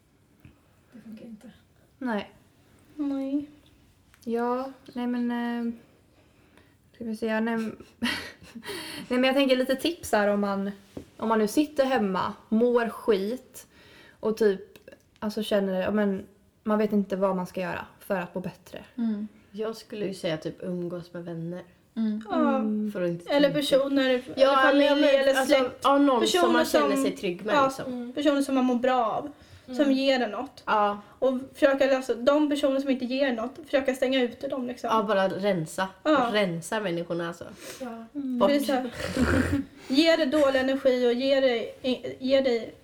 C: det funkar inte.
A: Nej.
B: Nej.
A: Ja, nej men... Eh, ska vi se, nej, nej men jag tänker lite tips här om man, om man nu sitter hemma, mår skit och typ alltså känner, ja, men man vet inte vad man ska göra för att må bättre.
E: Mm.
D: Jag skulle ju säga typ umgås med vänner.
E: Mm.
B: Ja.
A: Mm.
D: För att inte
B: Eller
D: tänka.
B: personer, eller
D: Ja,
B: familj
D: men,
B: eller
D: alltså,
B: släkt.
D: ja, någon
B: Personer
D: som man känner
B: som-
D: sig trygg med
B: ja.
D: liksom.
C: Mm.
B: Personer som man mår bra av. som
C: Mm.
B: ger en något.
D: Ja,
B: Och försöka, alltså, de personer som inte ger något, försöka stänga ute dem liksom.
D: ja bara rensa.
B: Ja.
D: Rensa människorna alltså.
C: Ja.
D: Bort.
B: Det är så här, ge dig dålig energi och ge dig, ge dig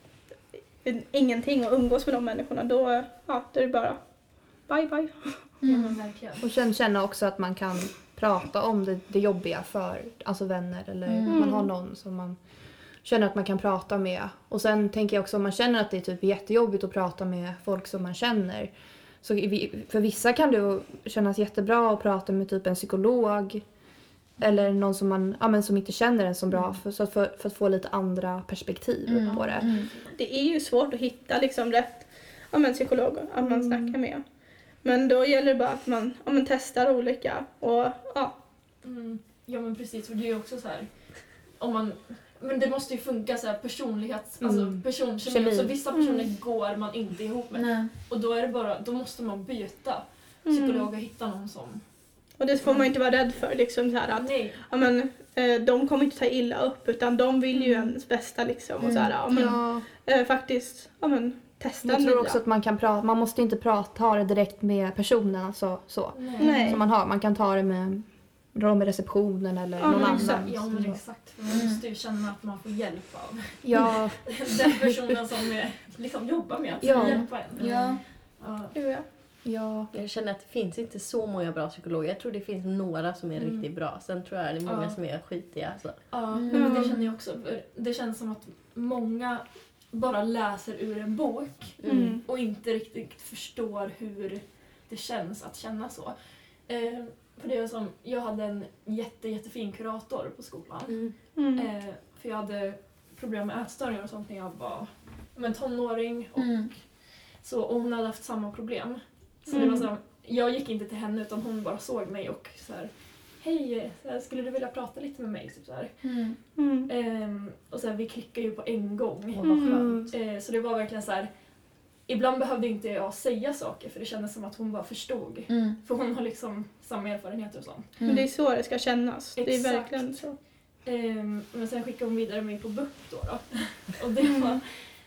B: ingenting och umgås med de människorna. Då, ja, då är det bara bye bye.
C: Ja, men verkligen.
A: Och sen känna också att man kan prata om det, det jobbiga för alltså vänner eller
E: Mm.
A: man har någon som man känner att man kan prata med. Och sen tänker jag också om man känner att det är typ jättejobbigt att prata med folk som man känner. Så i- för vissa kan det kännas jättebra att prata med typ en psykolog eller någon som man ja, men som inte känner en så bra för, så att för, för att få lite andra perspektiv
E: Mm.
A: på det.
E: Mm.
B: Det är ju svårt att hitta liksom rätt ja, men psykolog att man
A: Mm.
B: snackar med. Men då gäller det bara att man ja, men testar olika och ja.
C: Mm. Ja men precis, för det är ju också så här. Om man, men det måste ju funka så här personlighets,
A: Mm.
C: alltså personkemi.
A: Kemi.
C: Så vissa personer
B: Mm.
C: går man inte ihop med.
E: Nej.
C: Och då är det bara, då måste man byta
B: Mm.
C: psykolog och hitta någon som...
B: Och det får man inte vara rädd för liksom så här att
C: Nej.
B: ja, men, eh, de kommer inte ta illa upp utan de vill ju ens bästa liksom och så här, ja, men,
A: Ja,
B: eh, faktiskt ja, men, testa
A: jag tror
B: nya.
A: också att man kan prata, man måste inte prata, ta det direkt med personen alltså, så.
B: Nej.
A: Som man har. Man kan ta det med, dra med receptionen eller
B: Ja,
A: någon
B: men
A: annan.
B: exakt.
C: Ja men exakt, för man
E: Mm.
C: måste ju känna att man får hjälp av
A: Ja,
C: den personen som är, liksom jobbar med att
A: Ja.
C: hjälpa en.
E: Ja.
C: Ja.
B: Ja.
A: ja.
D: Jag känner att det finns inte så många bra psykologer. Jag tror det finns några som är
C: Mm.
D: riktigt bra. Sen tror jag det är många
C: Ja.
D: som är skitiga. Så.
C: Ja,
E: Mm.
C: men det känner jag också. För det känns som att många bara läser ur en bok
B: Mm.
C: och inte riktigt förstår hur det känns att känna så. Eh, för det är som, jag hade en jätte, jättefin kurator på skolan.
D: Mm.
B: Mm.
C: Eh, för jag hade problem med ätstörningar och sånt när jag var men, tonåring. Och,
E: Mm.
C: så, och hon hade haft samma problem. Så det
B: Mm.
C: var så, jag gick inte till henne utan hon bara såg mig och så här, hej, så här, skulle du vilja prata lite med mig? Typ så här.
E: Mm.
B: Mm.
C: Ehm, och så här, vi klickade ju på en gång.
D: Åh, vad skönt.
A: Mm.
C: Eh, så det var verkligen så här. Ibland behövde inte jag säga saker för det kändes som att hon bara förstod.
E: Mm.
C: För hon har liksom samma erfarenheter och sånt.
B: Men det är så det ska kännas. Det är
C: Exakt.
B: verkligen så.
C: Ehm, men sen skickade hon vidare mig på B U P då. då. Och det var,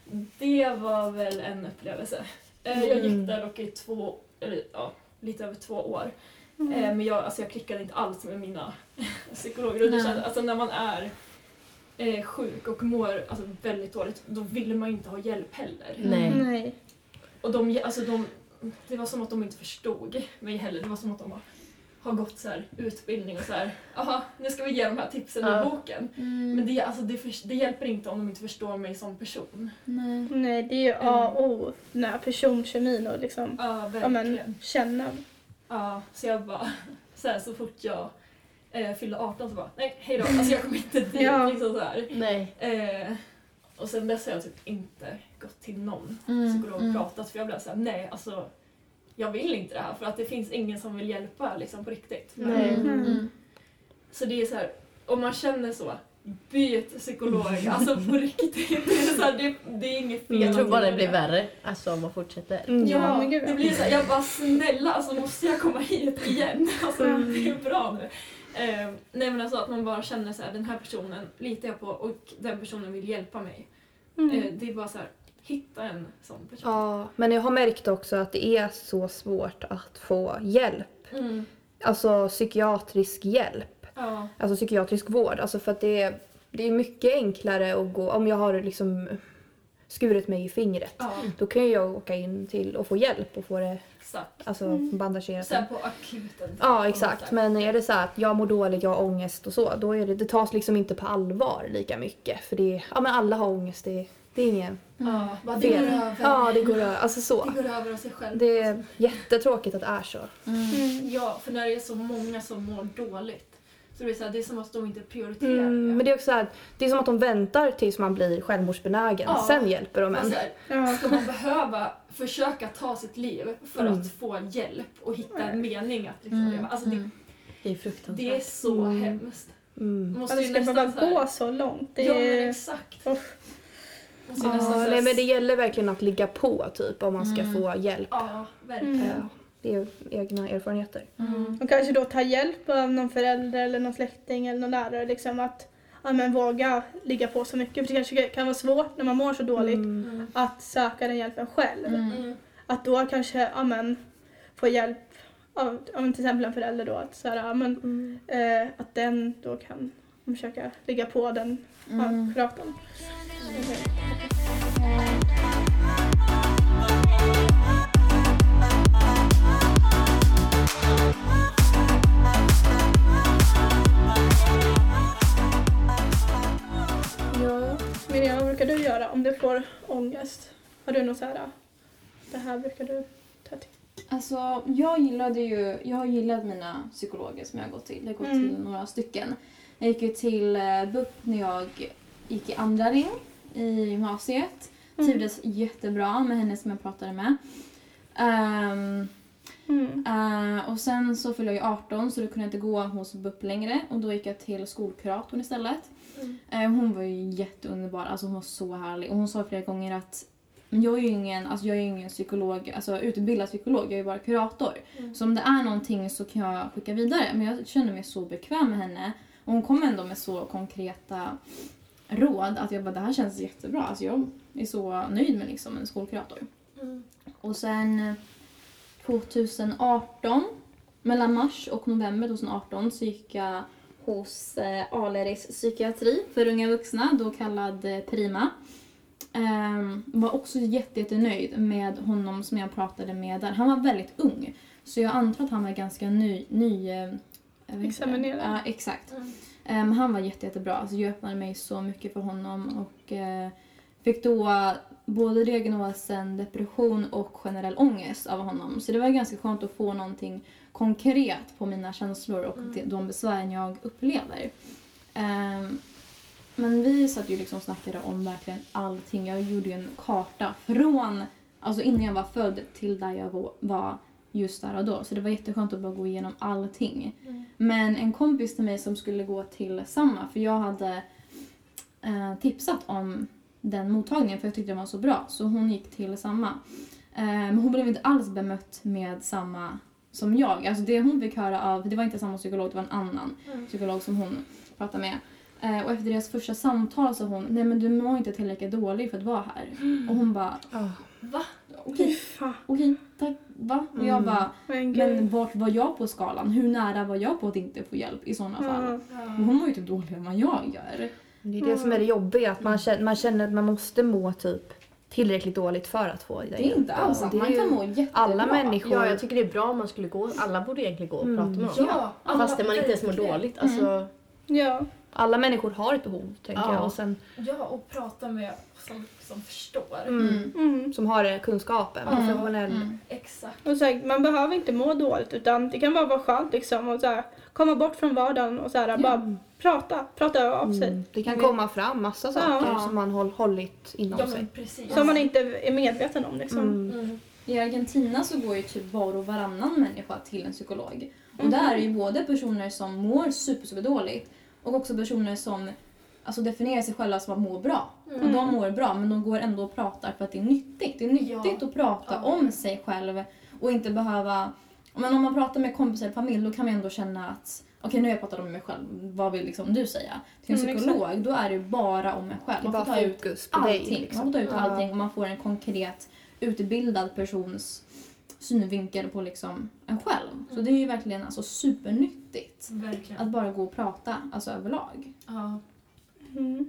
C: det var väl en upplevelse. Eh, jag gick där dock i två, eller ja, lite över två år.
B: Mm.
C: Eh, men jag, alltså jag klickade inte alls med mina psykologer. Och det
E: Nej.
C: kändes, alltså när man är eh, sjuk och mår alltså, väldigt dåligt, då vill man ju inte ha hjälp heller.
D: Nej.
B: Nej.
C: Och de, alltså de, det var som att de inte förstod mig heller. Det var som att de har, har gått så här, utbildning och så här. Jaha, nu ska vi ge de här tipsen
D: Ja.
C: i boken.
E: Mm.
C: Men det, alltså, det, för, det hjälper inte om de inte förstår mig som person.
E: Nej.
B: Nej, det är ju A och O. Den här personkemin och liksom
C: Ja,
B: ja,
C: verkligen.
B: men, känna.
C: Ja, så jag bara, så, här, så fort jag eh, fyllde arton så bara, nej hej då, alltså jag kommer inte dit.
B: Ja.
C: Liksom så här.
D: Nej.
C: Eh, och sen dess har jag typ inte gått till någon
E: Mm.
C: psykolog och pratat för jag blev såhär, nej alltså jag vill inte det här för att det finns ingen som vill hjälpa liksom på riktigt.
D: Nej.
E: Mm. Mm.
C: Så det är så här, om man känner så, byt psykolog, alltså på riktigt. Det är, så här, det, det är inget fel.
D: Jag tror
C: att
D: bara det
C: göra
D: blir värre. Alltså om man fortsätter.
A: Mm.
C: Ja,
B: Ja, men gud, ja.
C: det blir så här, jag bara snälla, alltså måste jag komma hit igen? Alltså
B: Mm.
C: det är bra nu. Eh, nej men alltså att man bara känner så här, den här personen litar jag på och den personen vill hjälpa mig.
B: Mm.
C: Eh, det är bara så här, hitta en sån person.
A: Ja, men jag har märkt också att det är så svårt att få hjälp.
C: Mm.
A: Alltså psykiatrisk hjälp.
C: Ja.
A: Alltså psykiatrisk vård. Alltså för att det är, det är mycket enklare att gå, om jag har liksom skurit mig i fingret.
C: Ja,
A: Då kan jag åka in till och få hjälp och få det
C: exakt.
A: alltså,
B: Mm.
A: bandagerat.
C: Sen på akuten.
A: Ja, exakt. Men är det så här att jag mår dåligt, jag har ångest och så, då är det, det tas liksom inte på allvar lika mycket. För det är, ja men alla har ångest, det, det är ingen
C: Ja, bara, det
A: fel.
C: går över.
A: Ja, det går över. Alltså så.
C: Det går över av sig själv.
A: Det är jättetråkigt att det är så.
B: Mm.
C: Ja, för när det är så många som mår dåligt så det är, så här, det är som att de inte prioriterar
A: Mm,
C: det.
A: men det är också så här, det är som att de väntar tills man blir självmordsbenägen.
C: Ja.
A: Sen hjälper de
C: Och
A: en.
C: så här,
B: Ja.
C: ska man behöva försöka ta sitt liv för
A: Mm.
C: att få hjälp och hitta en mening att liksom
E: Mm.
C: leva? Alltså det,
D: Det är fruktansvärt.
C: det är så
A: Mm.
C: hemskt.
A: Mm.
C: Man måste
B: Alltså,
C: ju
B: det ska
C: nästan
B: behöva
C: så här-
B: gå så långt. Det
C: Ja, men
B: är...
C: exakt.
B: Uff.
C: Måste ju nästan
A: Ja,
C: så här-
A: nej, men det gäller verkligen att ligga på typ om man ska
E: Mm.
A: få hjälp.
C: Ja, verkligen.
B: Mm.
A: Ja, det är egna erfarenheter.
C: Mm.
B: Och kanske då ta hjälp av någon förälder eller någon släkting eller någon lärare. Liksom att, ja, men våga ligga på så mycket. För det kanske kan vara svårt när man mår så dåligt
A: Mm.
C: Mm.
B: att söka den hjälpen själv.
E: Mm.
C: Mm.
B: Att då kanske ja, men, få hjälp av, av till exempel en förälder då. Att, så här, ja, men,
A: Mm.
B: eh, att den då kan försöka ligga på den
E: Mm.
B: ja, kuratorn. Ja, Miriam, vad brukar du göra om du får ångest? Har du något så här, det här brukar du ta till?
E: Alltså, jag gillade ju, jag har gillat mina psykologer som jag har gått till. Jag har gått
B: Mm.
E: till några stycken. Jag gick ju till eh, B U P när jag gick i andra ring i gymnasiet.
B: Mm.
E: Trivdes jättebra med henne som jag pratade med. Ehm,
B: Mm.
E: eh, och sen så fyllde jag ju arton så då kunde jag inte gå hos B U P längre. Och då gick jag till skolkuratorn istället.
C: Mm.
E: Eh, hon var ju jätteunderbar, alltså hon var så härlig. Och hon sa flera gånger att men jag är ju ingen, alltså jag är ju ingen psykolog, alltså utbildad psykolog, jag är ju bara kurator.
C: Mm.
E: Så om det är någonting så kan jag skicka vidare. Men jag känner mig så bekväm med henne. Och hon kom ändå med så konkreta råd att jag bara, det här känns jättebra. Alltså jag är så nöjd med liksom en skolkurator.
C: Mm.
E: Och sen tjugoarton, mellan mars och november tjugoarton så gick jag hos eh, Aleris psykiatri för unga vuxna, då kallad eh, Prima. Um, var också jätte, jättenöjd med honom som jag pratade med där. Han var väldigt ung. Så jag antar att han var ganska ny... ny eh, jag vet inte.
B: Examinerad.
E: Ja, exakt.
C: Mm.
E: Um, han var jätte, jättebra. Alltså, jag öppnade mig så mycket för honom. Och uh, fick då både diagnosen depression och generell ångest av honom. Så det var ganska skönt att få någonting konkret på mina känslor och
C: Mm.
E: de, de besvären jag upplever. Um, Men vi satt ju liksom och snackade om verkligen allting. Jag gjorde ju en karta från, alltså innan jag var född till där jag var- var just där och då. Så det var jätteskönt att bara gå igenom allting.
C: Mm.
E: Men en kompis till mig som skulle gå till samma, för jag hade eh, tipsat om den mottagningen för jag tyckte den var så bra. Så hon gick till samma. Eh, men hon blev inte alls bemött med samma som jag. Alltså det hon fick höra av, det var inte samma psykolog, det var en annan
C: Mm.
E: psykolog som hon pratade med. Eh, och efter deras första samtal sa hon, nej men du mår inte tillräckligt dålig för att vara här. Och hon bara,
A: Ja.
C: Va?
E: okej,
B: Fan,
E: okej, tack, va? Och jag
A: Mm.
E: bara,
B: men
E: men
B: gud.
E: vart var jag på skalan? Hur nära var jag på att inte få hjälp i sådana fall?
B: Ja.
E: Och
C: Ja.
E: hon var ju typ dåligare än vad jag gör.
A: Det är det som är det jobbiga, att man känner, man känner att man måste må typ tillräckligt dåligt för att få det.
E: Det är inte alls
A: Ja,
E: sant,
A: det är
E: man
A: ju
E: kan må jättebra.
A: alla människor.
D: Ja, jag tycker det är bra om man skulle gå. Alla borde egentligen gå och
A: Mm.
D: prata med någon.
C: Ja, alla
D: Fast man inte ens mår
C: verkligen.
D: dåligt. Alltså,
B: Ja.
A: Alla människor har ett behov, tänker
D: Ja.
A: jag. Och sen,
C: Ja, och prata med som, som förstår.
A: mm,
E: Mm.
B: Mm.
A: som har kunskapen,
E: Mm.
A: professionell.
E: Mm.
C: Exakt.
B: Och så här, man behöver inte må dåligt utan det kan bara vara skönt liksom och så här, komma bort från vardagen och så här, bara prata, prata av sig.
A: Mm. Det kan
E: Men-
A: komma fram massa saker
E: Ja.
A: som man håll, hållit inom
C: Ja,
A: sig.
C: men precis.
B: Som man inte är medveten om liksom.
A: Mm.
C: Mm.
E: I Argentina så går ju typ var och varannan människa till en psykolog. Och
B: Mhm.
E: där är ju både personer som mår super, super dåligt och också personer som alltså, definierar sig själva som att må bra.
C: Mm.
E: Och de mår bra men de går ändå och pratar för att det är nyttigt. Det är nyttigt
C: Ja.
E: att prata
C: Ja.
E: om sig själv och inte behöva... Men om man pratar med kompisar eller familj då kan man ändå känna att okej nu har jag pratat om mig själv, vad vill liksom du säga? Till en
B: Mm,
E: psykolog då är det ju bara om mig själv.
A: Det är
E: Man får
A: bara
E: ta ut
A: fokus på dig.
E: allting.
A: Liksom.
E: Man får ta ut
A: Ja.
E: allting och man får en konkret utbildad persons synvinkel på liksom en själv. Så det är ju verkligen alltså supernyttigt
C: Verkligen.
E: att bara gå och prata alltså överlag.
C: Ja.
B: Mm.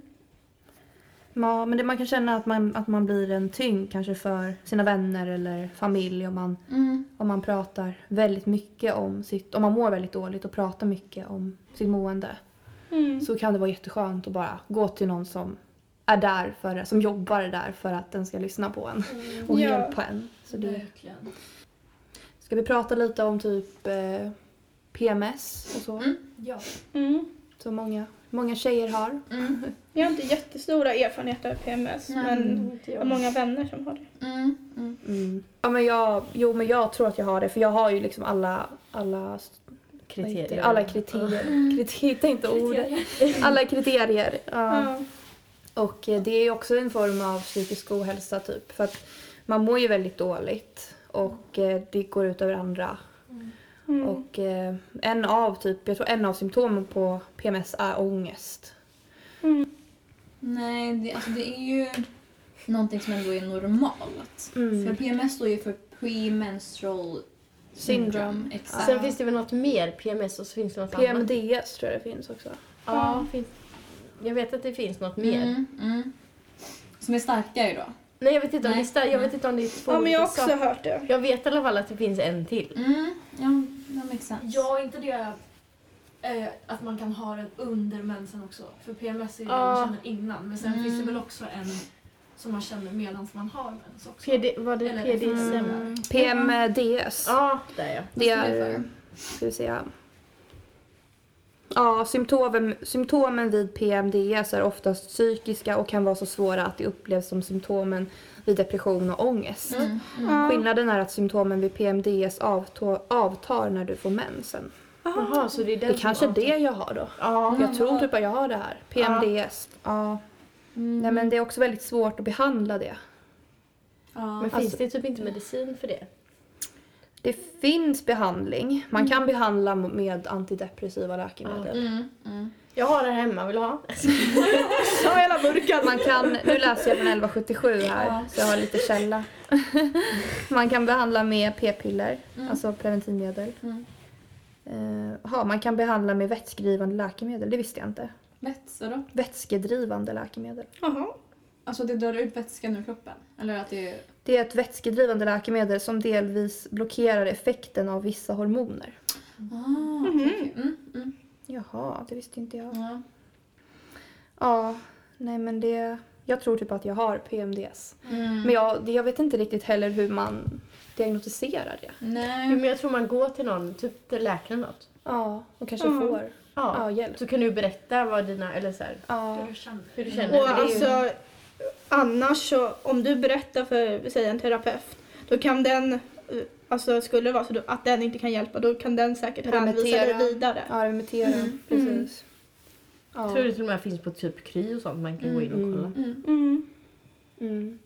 A: Ja, men det, man kan känna att man, att man blir en tyngd kanske för sina vänner eller familj om man, om man pratar väldigt mycket om sitt, om man mår väldigt dåligt och pratar mycket om sitt mående.
B: Mm.
A: Så kan det vara jätteskönt att bara gå till någon som är där för, som jobbar där för att den ska lyssna på en
C: Mm.
A: och
B: Ja.
A: hjälpa en. Så det,
C: Verkligen.
A: ska vi prata lite om typ eh, P M S och så?
E: Mm.
C: Ja.
B: Mm.
A: Som många, många tjejer har.
E: Mm.
B: Jag har inte jättestora erfarenheter av P M S
E: Nej.
B: men
D: inte
B: jag har
D: jag.
B: många vänner som har det.
E: Mm. Mm.
A: Mm. Ja, men jag, jo, men jag tror att jag har det för jag har ju liksom alla, alla
D: kriterier.
A: Alla kriterier. Kriterier, tänkte ord. Alla kriterier. Ja.
B: Ja.
A: Och eh, det är ju också en form av psykisk ohälsa typ. För att man mår ju väldigt dåligt. Och eh, det går ut över andra.
B: Mm.
A: Och eh, en av typ, jag tror en av symptomen på P M S är ångest.
B: Mm.
E: Nej, det, alltså det är ju någonting som ändå är normalt.
A: Mm.
E: För P M S står ju för premenstrual syndrome.
A: Syndrome.
E: Exakt.
D: Sen finns det väl något mer, P M S, och så finns det något
A: P M
D: annat.
A: D S tror jag det finns också.
D: Ja, finns. Jag vet att det finns något mer.
E: Mm, mm. Som är starkare då.
D: Nej, jag vet inte om
E: Nej.
D: det är, jag vet inte om det är två
B: Ja, men jag har
D: olika
B: också
D: saker.
B: hört det.
D: Jag vet i alla fall att det finns en till.
E: Mm. Ja, det makes sense.
C: Ja, inte det eh, att man kan ha den under mensen också. För P M S är det
D: Ja.
C: man känner innan. Men sen
E: Mm.
C: finns det väl också en som man känner medan man har mens också.
D: P D, var det
C: Eller-
D: P D S M?
C: Mm.
A: P M D S.
D: Ja, där ja.
A: Det
E: Vad står det
A: är,
E: för?
A: ska vi se. Ja, symptomen, symptomen vid P M D S är oftast psykiska och kan vara så svåra att det upplevs som symptomen vid depression och ångest.
E: Mm. Mm.
B: Ja.
A: Skillnaden är att symptomen vid P M D S avtar, avtar när du får mensen.
D: Jaha, så det är den
A: Det är
D: som
A: kanske
D: avtar.
A: det jag har då.
D: Ja.
A: Jag tror typ att jag har det här. P M D S. Ja.
E: Mm.
A: Nej, men det är också väldigt svårt att behandla det.
E: Ja.
D: Men finns
A: Alltså-
D: det typ inte medicin för det?
A: Det finns behandling. Man kan behandla med antidepressiva läkemedel.
E: Mm. Mm.
D: Jag har det här hemma, vill du ha?
B: Ja, hela burken.
A: Man kan, nu läser jag från elva sjuttiosju här,
E: Ja.
A: så jag har lite källa. Man kan behandla med p-piller,
E: Mm.
A: alltså preventivmedel.
E: Mm.
A: Uh, ha, man kan behandla med vätskedrivande läkemedel, det visste jag inte.
E: Väts, vadå?
A: Vätskedrivande läkemedel.
B: Jaha.
E: Alltså det drar ut vätskan ur kroppen? Eller att det är...
A: Det är ett vätskedrivande läkemedel som delvis blockerar effekten av vissa hormoner.
E: Ah, okej, okej. Mm. Mm.
A: Jaha, det visste inte jag.
E: Ja.
A: Ja, nej men det... Jag tror typ att jag har P M D S.
E: Mm.
A: Men jag, det- jag vet inte riktigt heller hur man diagnostiserar det.
E: Nej.
D: Jo, men jag tror man går till någon, typ till läkaren eller något.
A: Ja, och kanske
B: Ja.
A: får
D: Ja.
A: ja, hjälp.
D: Så kan du berätta vad dina, eller så här,
A: Ja.
C: Hur du känner.
D: hur du känner.
B: Och
D: För det är ju-
B: alltså, annars så, om du berättar för, säg en terapeut, då kan den, eh, alltså skulle det vara så då- att den inte kan hjälpa, då kan den säkert hänvisa
A: Remittera.
B: dig vidare.
A: Ja, remittera.
E: Mm.
A: Precis. Ja.
D: Jag tror det till och med finns på typ Kry och sånt, man kan gå in och
A: Mm.
D: kolla.
E: Mm.
B: Mm.
A: Mm.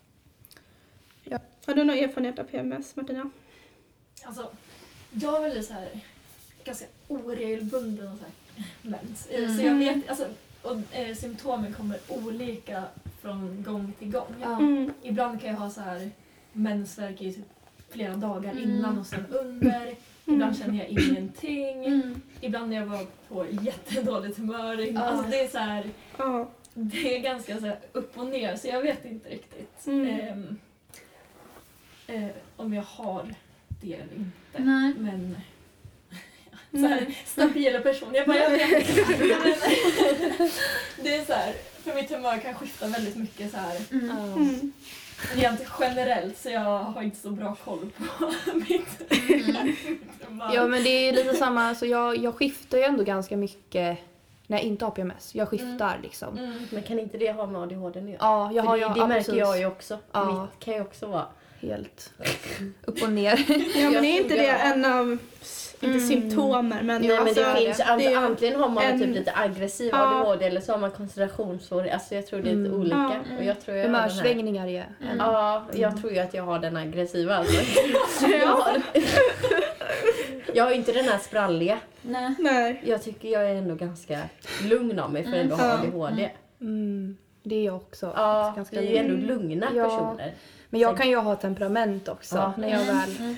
B: Har du någon erfarenhet av P M S, Martina?
C: Alltså, jag är väldigt så här ganska oregelbunden och så här mens. Eh,
E: Mm.
C: Så jag vet, alltså, och eh, symptomen kommer olika från gång till gång.
A: Ja.
B: Mm.
C: Ibland kan jag ha så här mensvärk i typ flera dagar
E: Mm.
C: innan och sen under. Ibland känner jag ingenting.
E: Mm.
C: Ibland när jag var på jättedåligt humör.
E: Ja.
C: Alltså det är så här,
B: Ja.
C: det är ganska så här upp och ner så jag vet inte riktigt
B: Mm.
C: ehm, eh, om jag har det eller inte.
E: Nej.
C: Men så här, stabila person. Jag bara, jag vet inte. Men det är så här, för mitt humör kan skifta väldigt mycket så här.
E: Mm.
A: Ja.
B: Mm.
C: Rent generellt så jag har inte så bra koll på mitt,
E: Mm.
C: mitt humör.
A: Ja, men det är lite samma. Alltså jag, jag skiftar ju ändå ganska mycket när jag inte har P M S. Jag skiftar liksom.
C: Mm.
D: Men kan inte det ha med A D H D nu?
A: Ja, jag
D: För
A: har
D: det,
A: ju
D: det
A: ja,
D: märker
A: precis.
D: jag ju också.
A: Ja.
D: Mitt kan ju också vara.
A: Helt upp och ner.
B: Ja, men är inte
D: Jag
B: det
D: tror
B: en av, inte
A: Mm.
B: symptomer, men
D: Nej, men
B: alltså,
D: det finns,
B: det
D: alltså,
B: är-
D: antingen har man
B: en-
D: typ lite aggressiv
B: Ja.
D: A D H D eller så har man koncentrationssvårigheter. Alltså jag tror det är lite
A: Mm.
D: olika.
E: Ja.
D: Och jag tror jag har den här.
A: Humörsvängningar är en.
D: Ja, jag tror ju att jag har den aggressiva alltså. jag, har, jag har ju inte den här spralliga.
E: Nej.
B: Nej.
D: Jag tycker jag är ändå ganska lugn av mig för att ändå ha
B: Ja.
D: A D H D.
A: Mm. Det är jag också.
D: Ja,
A: Ganska
D: vi är ju ändå
A: lugn.
D: lugna
A: Ja.
D: personer.
A: Men jag kan ju ha temperament också.
D: Ja.
A: När jag väl...
E: Mm.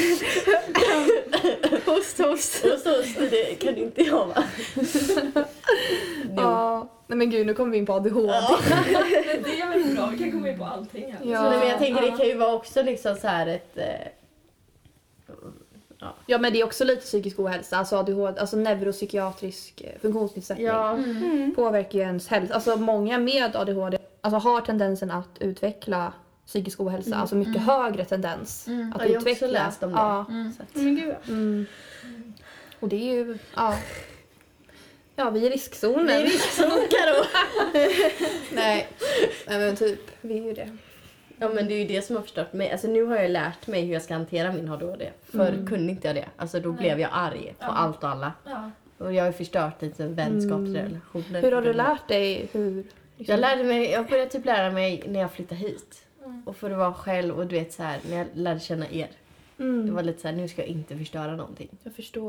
B: Host, host.
D: Och så, så det kan inte jag va? Jo.
A: Ja. Nej men gud, nu kommer vi in på A D H D.
D: Ja.
C: Men det är väl bra, vi kan komma in på allting här.
A: Ja.
D: Så, nej, men jag tänker
C: Ja.
D: det kan ju vara också liksom så här ett... Eh,
A: Ja, men det är också lite psykisk ohälsa. Alltså A D H D, alltså neuropsykiatrisk eh, funktionsnedsättning.
D: ja.
E: Mm.
B: Mm.
A: Påverkar ju ens hälsa. Alltså många med A D H D alltså, har tendensen att utveckla psykisk ohälsa.
D: Mm.
A: Alltså mycket
E: Mm.
A: högre tendens
E: Mm.
A: att
D: Ja, jag har också
A: utveckla.
D: läst om det.
A: Ja.
E: Mm.
D: Så att,
B: Men gud.
A: Mm. Och det är ju, ja. Ja, vi är i riskzonen.
D: det är riskzon Karo.
A: Nej. Nej, men typ, vi är ju det.
D: Ja men det är ju det som har förstört mig. Alltså nu har jag lärt mig hur jag ska hantera min A D H D. Förr
A: Mm.
D: kunde inte jag det. Alltså då
C: Nej.
D: blev jag arg på
C: Ja.
D: allt och alla.
C: Ja.
D: Och jag har ju förstört lite vänskapsrelationer.
A: Mm. Hur har du lärt dig hur?
D: Jag lärde mig, jag började typ lära mig när jag flyttade hit.
C: Mm.
D: Och för att vara själv och du vet så här när jag lärde känna er.
A: Mm.
D: Det var lite så här, nu ska jag inte förstöra någonting.
A: Jag förstår.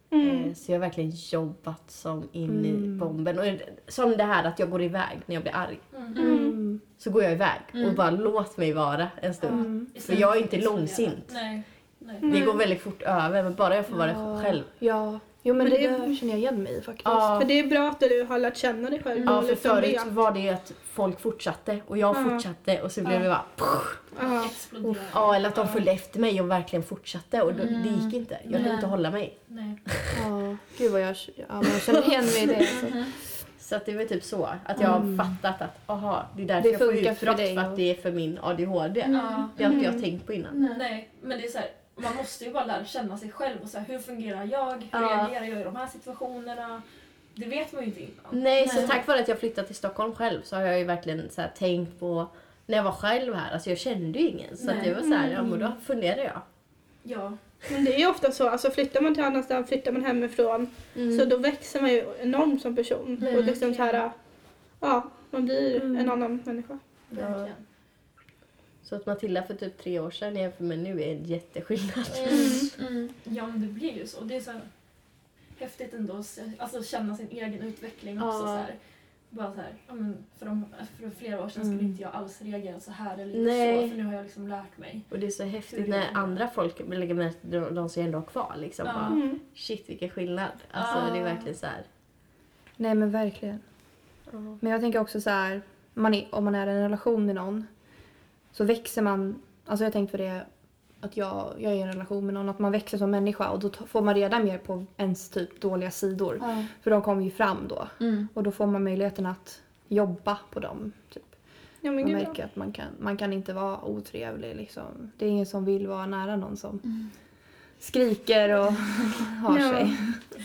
B: Mm.
D: Eh, Så jag har verkligen jobbat som in i
A: Mm.
D: bomben. Och som det här att jag går iväg när jag blir arg.
C: Mm.
A: Mm.
D: Så går jag iväg
E: Mm.
D: och bara låt mig vara en stund.
A: Mm.
D: För jag är inte
C: Istället för att
D: långsint.
C: Nej. Nej.
B: Mm.
D: Det går väldigt fort över, men bara jag får vara
A: Ja.
D: själv.
A: Ja, jo men,
B: Men
A: det,
B: det är-
A: där känner jag igen mig i faktiskt.
D: Ja.
B: För det är bra att du har lärt känna dig själv.
D: Ja,
B: och
D: för
B: liksom
D: förut
B: vet.
D: så var det ju att folk fortsatte och jag
B: Ja.
D: fortsatte och så blev
C: Ja.
D: det bara...
B: Ja.
C: Explodera.
D: Ja, eller att de följde efter mig och verkligen fortsatte och då,
E: Mm.
D: det gick inte. Jag kunde
E: Nej.
D: inte hålla mig.
C: Nej.
A: Ja, gud vad jag, ja, men jag känner igen mig i det. Så.
D: Så att det var typ så, att jag har
A: Mm.
D: fattat att aha, det är därför
A: Det
D: jag får
A: funkar för
D: utbrott
A: dig
D: för
A: och-
D: att det är för min A D H D.
C: Ja.
D: Det har inte jag
B: Mm.
D: tänkt på innan.
E: Nej.
C: Nej, men det är så här, man måste ju bara lära känna sig själv och så här, hur fungerar jag? Hur
D: Ja.
C: reagerar jag i de här situationerna? Det vet man ju inte innan.
D: Nej, så
E: Nej.
D: tack vare att jag flyttade till Stockholm själv så har jag ju verkligen så här tänkt på när jag var själv här. Alltså jag kände ju ingen. Så att
C: Nej.
D: det var så här, ja men då funderade jag.
C: Ja.
B: Men det är ju ofta så, alltså flyttar man till annan stad, flyttar man hemifrån,
D: Mm.
B: så då växer man ju enormt som person.
E: Mm.
B: Och liksom så här, ja, man blir
A: Mm.
B: en annan människa.
C: Verkligen.
D: Så att Matilda för typ tre år sedan jämfört med nu är en jätteskillnad.
E: Mm. Mm.
C: Ja, men det blir ju så. Det är så här häftigt ändå att se- alltså, känna sin egen utveckling också.
D: Ja.
C: Så här. Bara så här, ja, men för, de, för flera år sedan
A: Mm.
C: skulle inte jag alls reagera så här eller gjort
D: Nej.
C: så, för nu har jag liksom lärt mig.
D: Och det är så häftigt när andra folk lägger märke till de- de som ändå har kvar. Liksom.
C: Ja.
D: Bara,
B: Mm.
D: shit vilken skillnad. Alltså
C: Ja.
D: det är verkligen så här.
A: Nej men verkligen. Men jag tänker också så här, man är, om man är i en relation med någon så växer man, alltså jag tänkte på det att jag, jag är i en relation med någon, att man växer som människa och då t- får man reda mer på ens typ dåliga sidor.
E: Ja.
A: För de kommer ju fram då
E: Mm.
A: och då får man möjligheten att jobba på dem. Typ.
B: Ja, men
A: Man
B: gud,
A: märker att man kan, man kan inte vara otrevlig liksom. Det är ingen som vill vara nära någon som
E: Mm.
A: skriker och har
B: Ja.
A: sig.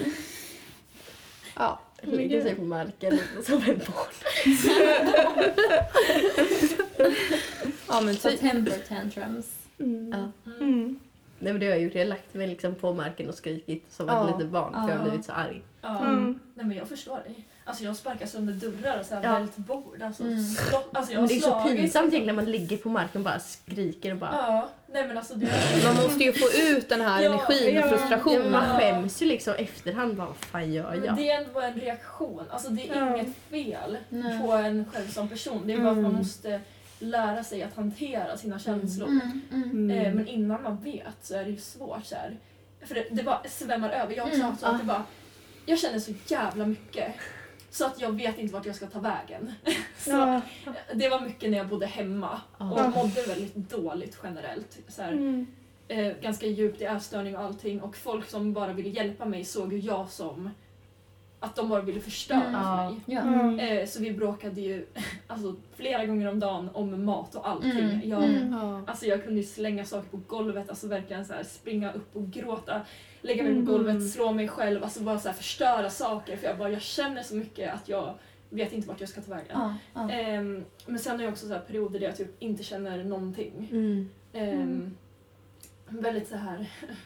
A: Ja.
D: Ligger sig på marken lite som en barn.
A: Ja men
E: Så
A: typ.
E: temper tantrums.
A: Mm.
D: Ja.
C: Mm.
B: Mm.
D: Nej men det har jag gjort. Jag har lagt mig liksom på marken och skrikit som
A: Ja.
D: ett litet barn för jag har
E: Ja.
D: blivit så arg.
C: Ja.
B: Mm.
C: Nej, men jag förstår dig. Alltså jag sparkar sönder dörrar och så här
D: Ja.
C: vält bord. Alltså,
E: Mm.
C: slå, alltså jag
D: Men
C: har
D: det är så
C: slagit-
D: pinsamt egentligen när man ligger på marken och bara skriker och bara...
C: Ja, nej men alltså det
A: Man måste ju få ut den här
C: Ja,
A: energin och
B: ja.
D: Ja,
A: frustrationen.
D: men man
C: Ja.
D: skäms ju liksom efterhand. Bara, vad fan gör
C: Men
D: jag?
C: det är ändå en reaktion. Alltså det är
B: Ja.
C: inget fel
E: Nej.
C: på en själv som person. Det är bara att man
A: Mm.
C: måste lära sig att hantera sina känslor.
E: Mm. Mm.
A: Mm.
C: Eh, men innan man vet så är det ju svårt. Så här. För det, det bara svämmar över. Jag har också
E: Mm.
C: haft så att det bara, jag känner så jävla mycket. Så att jag vet inte vart jag ska ta vägen. Så
B: Ja.
C: det var mycket när jag bodde hemma. Och
B: Ja.
C: mådde väldigt dåligt generellt. Så här,
B: Mm.
C: eh, ganska djupt i ätstörning och allting. Och folk som bara ville hjälpa mig såg ju jag som att de bara ville förstöra
E: Mm.
C: för
D: Ja.
C: mig.
E: Ja.
B: Mm.
C: Eh, så vi bråkade ju alltså, flera gånger om dagen om mat och allting.
E: Mm.
C: Jag,
E: Mm.
A: Ja.
C: alltså, jag kunde ju slänga saker på golvet, alltså verkligen så här, springa upp och gråta, lägga mig på
B: Mm.
C: golvet, slå mig själv, alltså bara så här, förstöra saker. För jag bara, jag känner så mycket att jag vet inte vart jag ska ta vägen.
E: Ja. Ja.
C: Ehm, men sen har jag också så här perioder där jag typ inte känner någonting.
D: Mm.
C: Ehm, Väldigt så här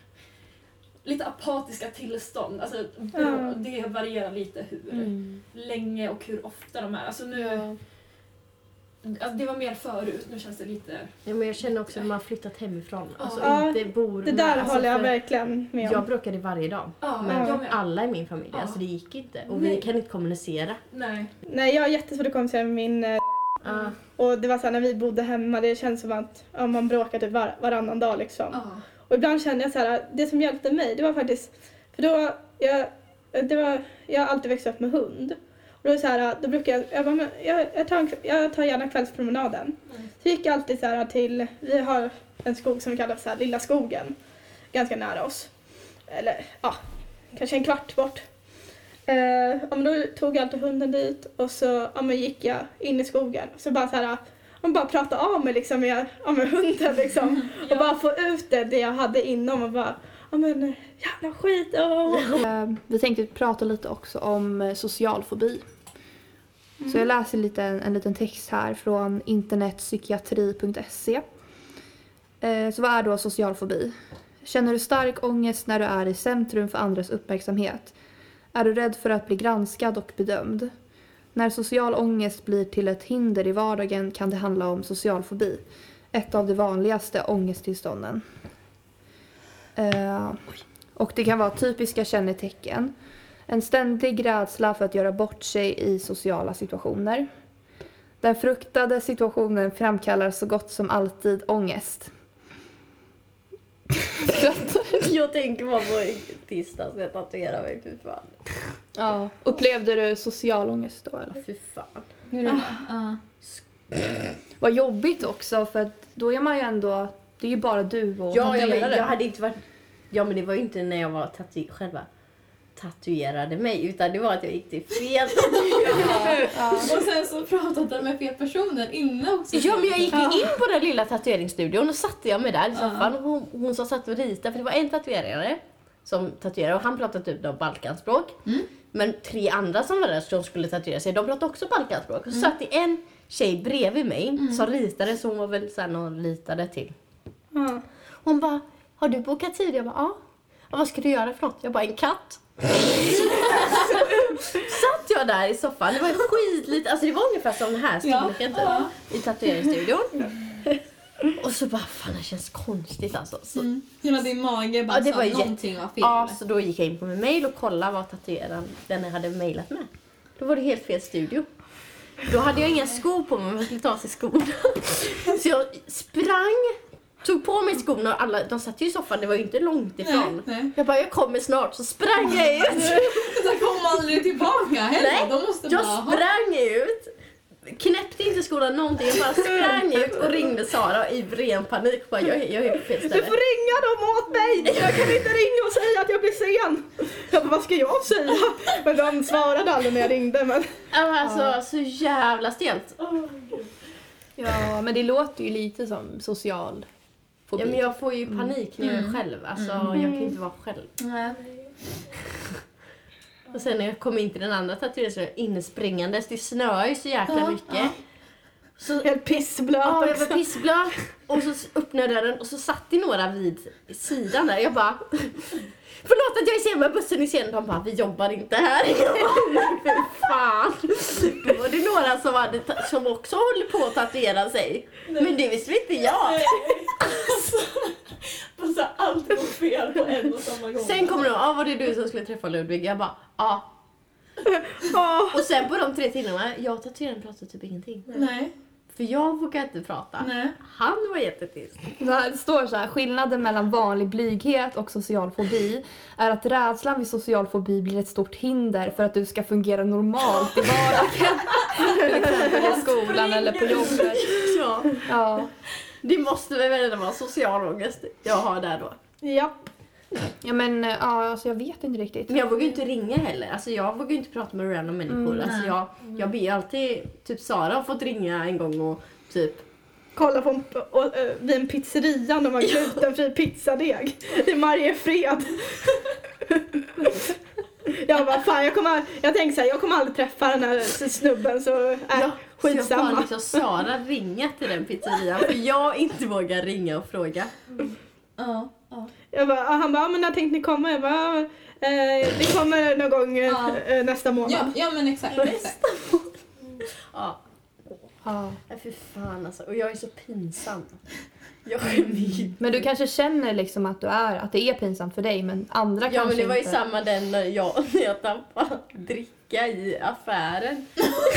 C: lite apatiska tillstånd. Alltså,
B: Ja.
C: det varierar lite hur
A: Mm.
C: länge och hur ofta de är. Alltså nu,
A: Ja.
C: alltså det var mer förut, nu känns det lite...
D: Ja, men jag känner också när man har flyttat hemifrån. Alltså
B: Ja.
D: inte bor
B: Det
D: med-
B: där
D: alltså,
B: håller jag
D: för
B: verkligen med
D: Jag
B: om.
D: bråkade varje dag.
C: Ja,
D: Men
C: jag med.
D: alla i min familj.
C: Ja.
D: Alltså det gick inte. Och
C: Nej.
D: vi kan inte kommunicera.
C: Nej.
B: Nej, jag har jättesvårt att kommunicera med min... eh,
D: Ja.
B: Och det var så här, när vi bodde hemma, det känns som att ja, man bråkade var, varannan dag liksom.
C: Ja.
B: Och ibland kände jag så här, det som hjälpte mig, det var faktiskt... För då, jag, det var, jag har alltid växt upp med hund. Och då, så här, då brukar jag, jag, bara, men jag, jag, tar, en- jag tar gärna kvällspromenaden.
C: Mm.
B: Så gick jag alltid så här till, vi har en skog som vi kallar för så här, Lilla skogen. Ganska nära oss. Eller ja, kanske en kvart bort. Eh, ja, men då tog jag alltid hunden dit och så ja, men gick jag in i skogen. Så bara så här, man bara prata av mig liksom med, ja, med hunden liksom. Och bara få ut det, det jag hade inom och bara, ja men jävla skit. Oh.
A: Eh, Vi tänkte prata lite också om eh, social fobi. Så jag läser lite, en, en liten text här från internetpsykiatri punkt se. Eh, Så vad är då social fobi? Känner du stark ångest när du är i centrum för andras uppmärksamhet? Är du rädd för att bli granskad och bedömd? När social ångest blir till ett hinder i vardagen kan det handla om social fobi. Ett av de vanligaste ångesttillstånden. Eh, Och det kan vara typiska kännetecken. En ständig rädsla för att göra bort sig i sociala situationer. Den fruktade situationen framkallar så gott som alltid ångest.
D: Jag tänker bara på tisdag så jag tatuerar mig, fy fan.
A: Ja. Upplevde du social ångest då eller?
D: Fy fan.
E: Hur är det? Ja.
A: Vad jobbigt också för att då är man ju ändå, det är ju bara du och
D: Ja, jag, men,
A: tatuerare.
D: jag hade inte varit... Ja, men det var ju inte när jag var tatu- själva tatuerade mig, utan det var att jag gick till fel.
E: Ja. Och sen så pratade de med fel personer innan också.
D: Ja, men jag gick ju in på den lilla tatueringsstudion och satte jag mig där i soffan och hon, hon som satt och ritade, för det var en tatuerare som tatuerade och han pratade typ om balkanspråk.
E: Mm.
D: Men tre andra som var där som skulle tatuera sig, de pratade också balkanspråk. Och så
E: Mm.
D: satt det en tjej bredvid mig som ritade, så hon var väl såhär någon ritade till.
B: Ja.
D: Hon bara, har du bokat tid? Jag bara, ja. Och vad ska du göra för något? Jag bara, en katt. Satt jag där i soffan, det var skitlite, alltså det var ungefär som den här storleken
E: Ja.
D: typ, i tatueringsstudion. Och så bara, fan det känns konstigt alltså. Så,
E: Mm. Hela din mage bara
D: Ja, det
E: sa
D: var
E: att
D: jätte-
E: någonting var fel.
D: ja, så då gick jag in på min mail och kollade vad tatueraren, den jag hade mailat med. Då var det helt fel studio. Då hade jag inga skor på mig, men jag skulle ta av sig skorna. Så jag sprang, tog på mig skorna och alla, de satt ju i soffan, det var ju inte långt ifrån.
E: Nej, nej.
D: Jag bara, jag kommer snart, så sprang jag ut.
E: Så kom aldrig tillbaka heller.
D: Nej,
E: De måste
D: jag
E: bara,
D: sprang ut, knäppte inte skolan någonting, jag bara sprang ut och ringde Sara i ren panik. Bara, jag, jag är på fel
B: Du
D: ställe.
B: får ringa dem åt mig! Jag kan inte ringa och säga att jag blir sen. Jag bara, vad ska jag säga? Men de svarade aldrig när jag ringde. Men...
D: Alltså, så jävla stelt.
A: Ja, men det låter ju lite som social fobi.
D: Ja, men jag får ju panik när jag är själv. Alltså, jag kan inte vara själv.
E: nej.
D: Och sen när jag kom in till den andra tatueringen inspringandes, det snöar ju så jäkla
E: Ja,
D: mycket.
E: ja.
D: Så,
B: Helt pissblöt
D: ja, jag
B: också.
D: var pissblöt. Och så öppnade jag dörren och så satt det några vid sidan där. Jag bara, förlåt att jag är sen med bussen i scenen. De bara, vi jobbar inte här. Jag bara, fy fan. Då var det några som, hade, som också håller på att tatuera sig. Men det visste inte jag.
C: Alltså, allt går fel på en och samma gång.
D: Sen kommer de, ja, var det du som skulle träffa Ludvig? Jag bara, ja.
B: Ja.
D: Och sen på de tre timmarna, jag och tatueraren pratade typ ingenting.
E: Nej.
D: För jag vågar inte prata.
E: Nej.
D: Han var jättetyst.
A: Det står så här, skillnaden mellan vanlig blyghet och social fobi är att rädslan vid social fobi blir ett stort hinder för att du ska fungera normalt i vardagen. Till exempel i skolan eller på jobbet.
D: Ja.
A: Ja.
D: Det måste väl ändå vara social ångest jag har där då.
B: Japp.
A: Ja men ja, alltså jag vet inte riktigt.
D: Men jag vågar ju inte ringa heller. Alltså jag vågar ju inte prata med random människor.
A: Mm,
D: alltså jag, jag ber ju alltid, typ Sara har fått ringa en gång och typ
B: Kolla på en, och, äh, vid en pizzeria när man har glutenfri pizzadeg i Mariefred. Jag bara, fan jag kommer, jag tänker så här, jag kommer aldrig träffa den här snubben så äh,
D: ja, så jag
B: skitsamma.
D: får liksom Sara ringa till den pizzerian för jag inte vågar ringa och fråga.
E: Ja. Ja.
B: Jag bara, han bara, men när tänkte ni komma? Jag bara, eh, det kommer någon gång eh,
E: Ja.
B: eh, nästa månad.
E: Ja, ja men exakt. exakt.
D: Ja.
A: Ja.
D: Nej, för fan alltså. Och jag är så pinsam. Jag skämmer.
A: Men du kanske känner liksom att du är, att det är pinsamt för dig men andra
D: Ja,
A: kanske
D: men det var ju
A: inte.
D: samma den när jag, när jag tappade dricka i affären.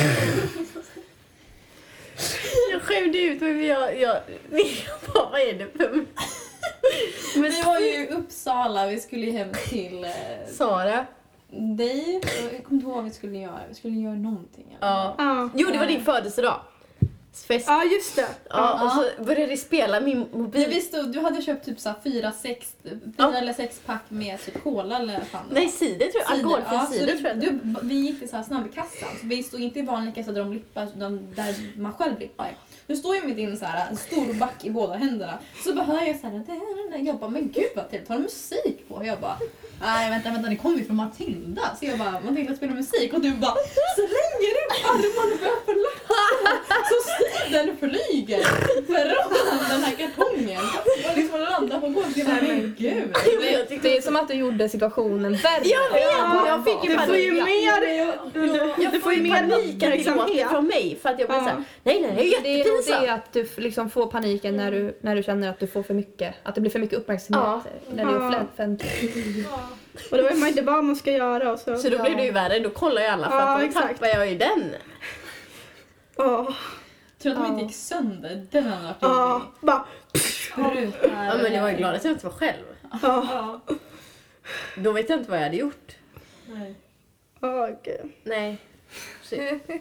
D: Jag skämde ut mig, men jag, jag, jag bara, vad är det för... Men
E: Vi var ju i Uppsala, vi skulle ju hem till eh,
D: Sara.
E: dig. Jag kommer inte ihåg vad vi skulle göra. Vi skulle göra någonting.
D: Ja.
B: Ja.
D: Jo, det var din födelsedag. Fest.
B: Ja, just det.
D: Ja, och så började det spela min
E: Men
D: mobil.
E: vi stod, du hade köpt typ så här fyra, sex, fyra
D: Ja.
E: eller sex pack med typ cola eller vad fan det
D: Nej,
E: var.
D: cider tror jag.
E: Cider.
D: Alkoholfri
E: Ja, så
D: cider
E: du,
D: tror jag.
E: du, vi gick till så här snabbkassan. Så vi stod inte i vanliga kassa där de blippar, utan där man själv blippar. Du står ju med din så här, en stor back i båda händerna. Så bara hör jag så här, jag bara, men gud vad trevligt, har du musik på? Jag bara, nej vänta, vänta, det kommer ju från Matilda. Så jag bara, Matilda spelar musik och du bara, slänger upp armarna och börjar förlappa. Så Den flyger från den här kartongen och liksom landar på golvet. Men gud.
A: Det, det är som att du gjorde situationen värre.
D: Jag vet! Jag fick ju
B: Du får ju mer,
D: Jag
B: du får ju mer
D: panikverksamhet från mig för att jag blev
B: Ja.
D: såhär, nej nej, det är
A: Det är nog
D: jättepinsamt.
A: det att du f- liksom får paniken när du, när du känner att du får för mycket, att det blir för mycket uppmärksamhet.
D: Ja.
A: När det är
B: Ja.
A: offentligt.
C: Ja.
B: och då vet man inte vad man ska göra och så.
D: Så då blir det ju värre, då kollar ju alla för
B: Ja,
D: att då
B: exakt.
D: tappar jag ju den.
B: Ja,
E: Tror att de
A: Ja.
E: inte gick sönder. Den har varit
B: ja,
E: jobbig.
B: bara,
E: Sprutar.
D: Ja, men jag var ju glad att jag inte var själv.
B: ja,
C: Ja.
D: Då vet jag inte vad jag hade gjort.
C: Nej.
B: ja, gud.
D: Nej. Så.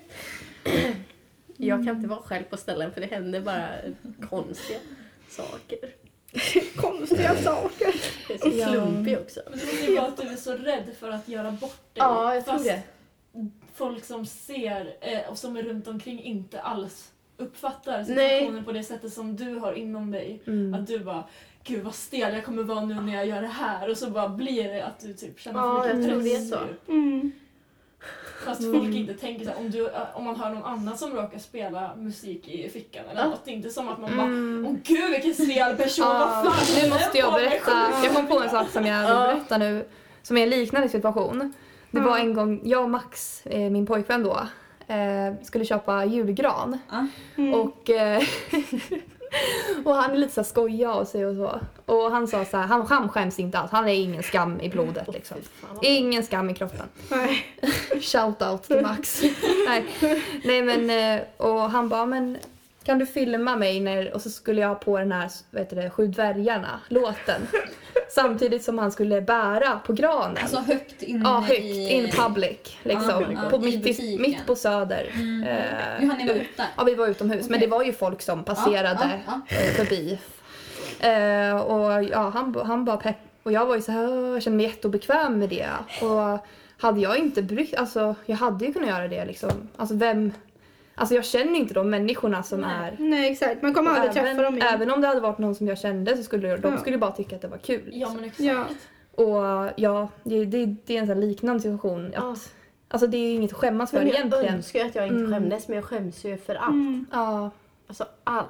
D: Jag kan inte vara själv på ställen för det händer bara konstiga saker.
B: Konstiga saker.
D: Det är så
A: Ja.
D: klumpig också.
C: Men det måste ju vara att du är så rädd för att göra bort dig.
D: Ja, jag tror
C: Fast
D: det.
C: folk som ser eh, och som är runt omkring inte alls uppfattar
D: Nej.
C: situationen på det sättet som du har inom dig.
A: Mm.
C: Att du bara, gud vad stel jag kommer vara nu när jag gör det här. Och så bara blir det att du typ känner
D: Ja,
C: för mycket
D: jag tror det är
C: press.
D: så.
C: typ.
B: Mm.
C: Fast folk inte tänker så här, om, du, om man hör någon annan som råkar spela musik i fickan eller
D: Ja.
C: något. Det är inte som att man bara,
A: Mm.
C: åh gud vilken stel person,
A: Ja,
C: vad fan.
A: nu måste jag berätta. Jag kom på en sak som jag vill
D: Ja.
A: berätta nu. Som är en liknande situation. Det var en gång, jag och Max, eh, min pojkvän då, eh, skulle köpa julgran.
B: Mm.
A: Och, eh, och han är lite så här skoja av sig och så. Och han sa så här, han, han skäms inte alls. Han är ingen skam i blodet liksom.
D: Fy fan, vad-
A: Ingen skam i kroppen.
B: Nej.
A: Shout out till Max. Nej. Nej men, eh, och han bara, men kan du filma mig när, och så skulle jag ha på den här, vad heter det, Sju dvärgarna låten. Samtidigt som han skulle bära på granen.
E: Alltså högt inne
A: Ja, högt,
E: i...
A: in public. Liksom.
E: Ja, ja,
A: på
E: i
A: mitt, i,
E: butiken.
A: mitt på Söder.
E: Mm.
A: Eh,
E: Jo, han var ute.
A: Ja, vi var utomhus. Men
E: Okej.
A: det var ju folk som passerade
E: Ja, ja,
A: eh, förbi. Eh, och ja, han, han bara pepp. Och jag var ju så här, "Åh, jag kände mig jätteobekväm med det. Och hade jag inte brytt, alltså jag hade ju kunnat göra det liksom. Alltså vem, alltså jag känner inte de människorna som
C: Nej.
A: är.
B: Nej, exakt. Man kommer
A: Och
B: aldrig träffa dem
A: även,
B: igen.
A: även om det hade varit någon som jag kände så skulle de
B: Ja.
A: skulle bara tycka att det var kul.
C: Ja men exakt.
B: Ja.
A: Och ja, det, det, det är en sån här liknande situation. Att,
D: Ja.
A: Alltså det är inget att skämmas för
D: Men jag
A: egentligen.
D: önskar att jag inte
A: Mm.
D: skämdes, men jag skäms ju för allt.
B: Mm.
A: Ja.
D: Alltså allt.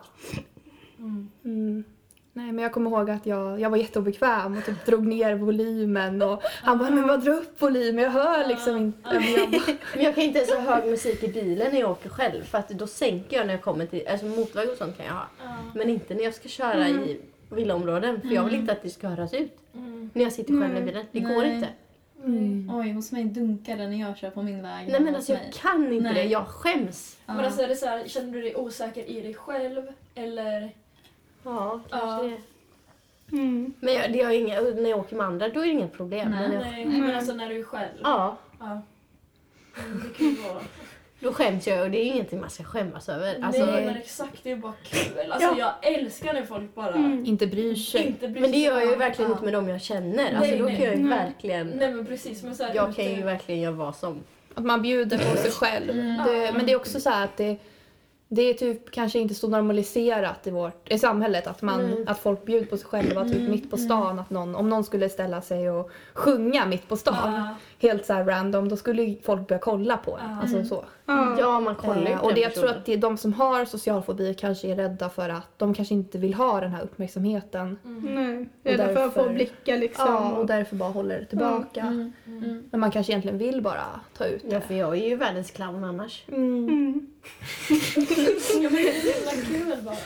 C: Mm.
A: Mm. Nej, men jag kommer ihåg att jag, jag var jätteobekväm och typ drog ner volymen och han bara, men vad dra upp volymen, jag hör liksom inte. Men jag bara,
D: Men jag kan inte ens ha hög musik i bilen när jag åker själv, för att då sänker jag när jag kommer till, alltså motorväg och sånt kan jag ha.
C: Ja.
D: Men inte när jag ska köra
B: Mm.
D: i villaområden, för jag vill inte att det ska höras ut
C: Mm.
D: när jag sitter själv i
B: Nej.
D: bilen. Det går
E: Nej.
D: inte.
A: mm.
E: Oj, hos mig dunkar det när jag kör på min väg.
D: Nej men
E: hos
D: alltså jag
E: mig.
D: kan inte
E: Nej.
D: det, jag skäms.
E: Ja.
C: Men alltså är det så här, känner du dig osäker i dig själv eller?
D: Ja, kanske
C: Ja.
D: det.
B: Mm.
D: Men jag, det har inga, när jag åker med andra då är det inget problem.
E: Nej.
D: Men jag,
C: Nej, men alltså när du är själv.
D: ja,
C: Ja. Mm, det kan ju vara.
D: då skäms jag och det är ingenting man ska skämmas över. Alltså,
C: Nej men exakt, det är bara kul. Alltså
B: Ja.
C: jag älskar när folk bara
B: Mm.
A: Inte bryr sig.
C: inte bryr
D: men det
C: sig.
D: gör jag ju verkligen
C: Ja.
D: inte med dem jag känner. Alltså
C: Nej,
D: då
C: nej.
D: kan jag ju
B: Nej.
D: verkligen,
C: Nej men precis, men så här,
D: jag
C: ute-
D: kan ju verkligen göra vad som.
A: Att man bjuder på sig själv.
E: Mm.
A: Det, men det är också så här att det, det är typ kanske inte så normaliserat i, vårt, i samhället att, man,
D: Mm.
A: att folk bjuder på sig själva typ
E: Mm,
A: mitt på stan. Att någon, om någon skulle ställa sig och sjunga mitt på stan,
C: Ja.
A: helt så här random, då skulle ju folk börja kolla på en.
C: Ja.
A: Alltså så.
B: Ja.
D: Ja, man kollar ju
A: Eh,
D: på
A: och det,
D: den
A: jag tror
D: personen.
A: att det är de som har social fobi kanske är rädda för att de kanske inte vill ha den här uppmärksamheten.
C: Mm.
B: Nej. Redan för att få
A: därför-
B: blickar liksom.
A: Ja, och därför bara håller det tillbaka.
E: Mm.
C: Mm.
E: Mm.
A: Men man kanske egentligen vill bara ta ut
D: Ja,
A: det.
D: för jag är ju världens clown annars.
A: Mm.
B: Mm.
C: Ja men det är så himla kul bara.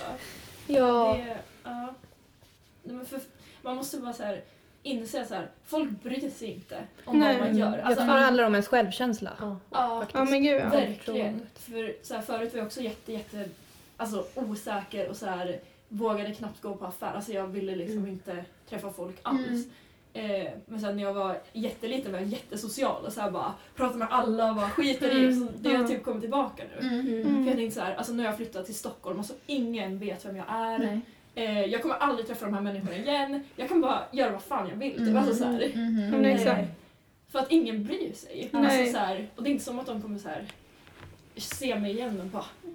A: Ja.
C: Det, ja. Nej, men för, man måste bara så här inse så här, folk bryr sig inte om
B: Nej.
C: vad man gör.
A: Jag
C: Alltså,
A: tror det handlar om ens självkänsla.
D: Ja.
C: ja,
B: Ja men gud ja.
C: verkligen. För så här, förut var jag också jätte, jätte alltså, osäker och så här, vågade knappt gå på affär. Alltså jag ville liksom
D: Mm.
C: inte träffa folk alls. Eh, men sen när jag var jätteliten var jag jättesocial och så här bara pratade med alla och bara skiter i. Så det har
B: Mm.
C: typ kommit tillbaka nu.
E: Mm.
C: För jag tänkte så här, alltså nu har jag flyttat till Stockholm och så ingen vet vem jag är.
E: Nej.
C: Eh, jag kommer aldrig träffa de här människorna igen. Jag kan bara göra vad fan jag vill. Typ.
E: Mm.
C: Alltså, så här.
E: Mhm.
B: Men
C: Eh,
B: exakt.
C: För att ingen bryr sig.
B: Nej.
C: Alltså, så här, och det är inte som att de kommer så här, se mig igen och bara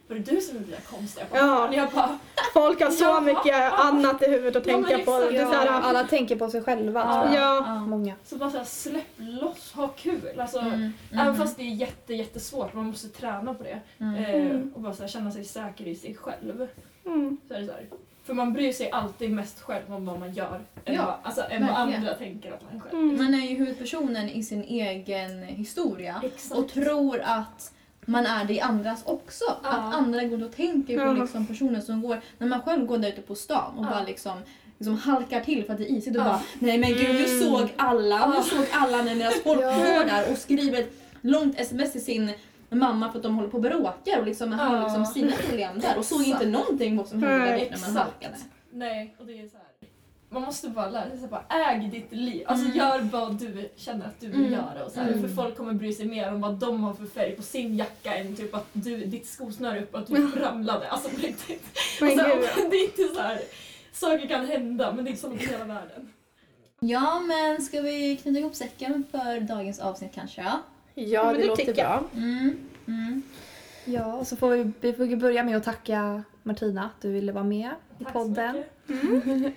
C: var det du som gjorde det konstiga?
B: Ja.
C: Jag bara,
B: Folk har så
C: Ja.
B: mycket annat i huvudet att
C: Ja,
B: tänka
C: men
B: på.
C: exakt.
B: Det är så
A: Ja,
B: här,
A: alla tänker på sig själva.
C: Ja.
A: tror jag.
B: ja.
A: Många.
C: så bara så här, släpp loss, ha kul. Alltså,
E: Mm.
C: Även
E: Mm.
C: fast det är jätte, jättesvårt, man måste träna på det.
E: Mm.
C: Eh, och bara så här, känna sig säker i sig själv.
B: Mm.
C: Så är det så här. För man bryr sig alltid mest själv om vad man gör. Än
E: Ja,
C: vad, alltså, än vad
E: verkligen.
C: andra tänker att man själv.
B: Mm.
E: Man är ju huvudpersonen i sin egen historia
C: Exakt.
E: och tror att man är det i andras också.
C: Ja.
E: Att andra går och tänker på
B: Ja.
E: liksom personer som går, när man själv går där ute på stan och
C: Ja.
E: bara liksom, liksom halkar till för att det är isigt och
C: Ja.
E: bara nej men gud nu
B: Mm.
E: såg alla,
C: Ja.
E: nu såg alla när deras folk
A: Ja.
E: går där och skriver ett långt sms till sin mamma för att de håller på och bråkar och liksom har
C: Ja.
E: liksom sina problem där och såg
C: Exakt.
E: inte någonting vad som hände där
B: Nej,
E: ute när man
C: exakt.
E: halkade.
C: Nej, och det är så här. Man måste bara lära sig så här, bara äg ditt liv. Alltså
E: Mm.
C: gör vad du känner att du vill
E: Mm.
C: göra. Och så här.
E: Mm.
C: För folk kommer bry sig mer om vad de har för färg på sin jacka än typ att du, ditt skosnöre upp och att du ramlade. Alltså på riktigt.
B: Men
C: Alltså,
B: gud.
C: det är inte så här. Saker kan hända men det är inte så i hela världen.
E: Ja men ska vi knyta ihop säcken för dagens avsnitt kanske? Ja?
D: Ja,
B: Men
D: det,
B: det
D: låter
B: tycker jag.
D: bra.
E: Mm. Mm.
A: Ja, och så får vi, vi får ju börja med att tacka Martina att du ville vara med i
C: Tack så
A: podden.
C: mycket.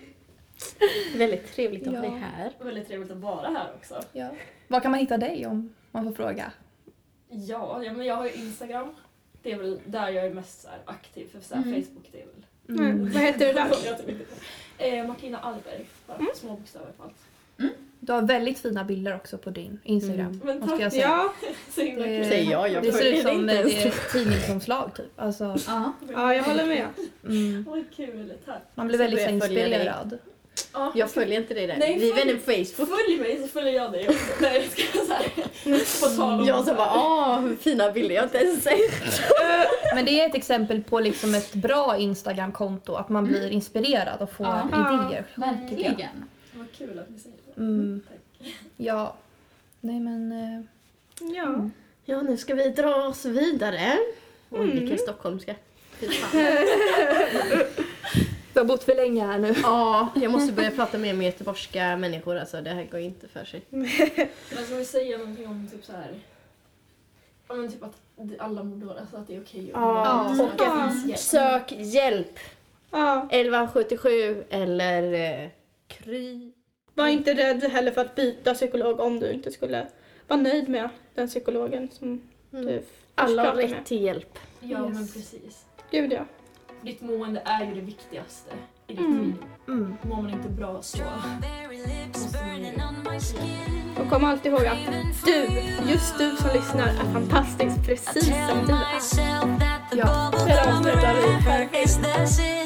D: Väldigt trevligt att
A: Ja.
D: ni är här.
C: Och väldigt trevligt att vara här också.
A: Ja. Var kan man hitta dig om man får fråga?
C: Ja, ja men jag har ju Instagram. Det är väl där jag är mest så här aktiv. För så här,
E: Mm.
C: Facebook det är väl...
B: Mm. Vad heter du där?
C: Jag typ inte på. eh, Martina Alberg. Bara små bokstäver på allt.
A: Du har väldigt fina bilder också på din Instagram.
D: Mm.
C: Men
A: Måste jag
C: tack.
A: säga.
B: Ja,
C: Så himla
A: Det-
C: kul.
D: Säger jag, jag
A: Det ser
D: följer
A: ut som
D: inte ens.
A: det är ett tidningsomslag typ. Alltså,
E: Ja.
B: ja, jag håller med.
A: mm.
C: Vad kul, tack.
A: Man blir
D: Så
A: väldigt så
D: börjar jag följa dig.
A: inspirerad.
C: Ja,
D: Jag följer inte dig där.
C: Nej,
D: Vi är
C: följ-
D: vänner på Facebook.
C: Följ mig så följer jag dig också. Nej, det ska jag säga. På tal om
D: Jag
C: så
D: som
C: här.
D: bara, åh, hur fina bilder jag har inte ens sett.
A: Men det är ett exempel på liksom ett bra Instagram-konto. Att man blir inspirerad och får
E: Ja.
A: idéer.
E: Verkligen.
C: Vad kul att ni säger det.
A: Mm.
C: Tack.
A: Ja. Nej men... eh,
B: Ja.
D: Ja, nu ska vi dra oss vidare. Oj,
B: Mm.
D: vilken stockholmska. Fy fan.
A: Du har bott för länge här nu.
D: Ja, jag måste börja prata mer med göteborgska människor. Alltså, det här går inte för sig.
C: Men ska vi säga någonting om typ så här. Ja men typ att alla mår dåligt, alltså att det är okej.
D: Ja,
C: och
B: och
C: att det
B: att-
C: finns hjälp.
D: Sök hjälp!
B: Ja.
D: elva sjuttiosju eller eh, Kry.
B: Var inte rädd heller för att byta psykolog om du inte skulle vara nöjd med den psykologen som
D: Mm.
B: du
D: Alla har
B: pratar med.
D: rätt till hjälp.
C: Ja
B: Yes.
C: men precis.
B: Gud ja.
C: Ditt mående är ju det viktigaste i ditt
B: Mm.
C: liv.
A: Mm.
C: Mår man inte bra så måste man ju...
B: Och kom alltid ihåg att du, just du som lyssnar, är fantastisk precis som du är.
A: Ja.
B: Där avslutar vi för
F: Is that it?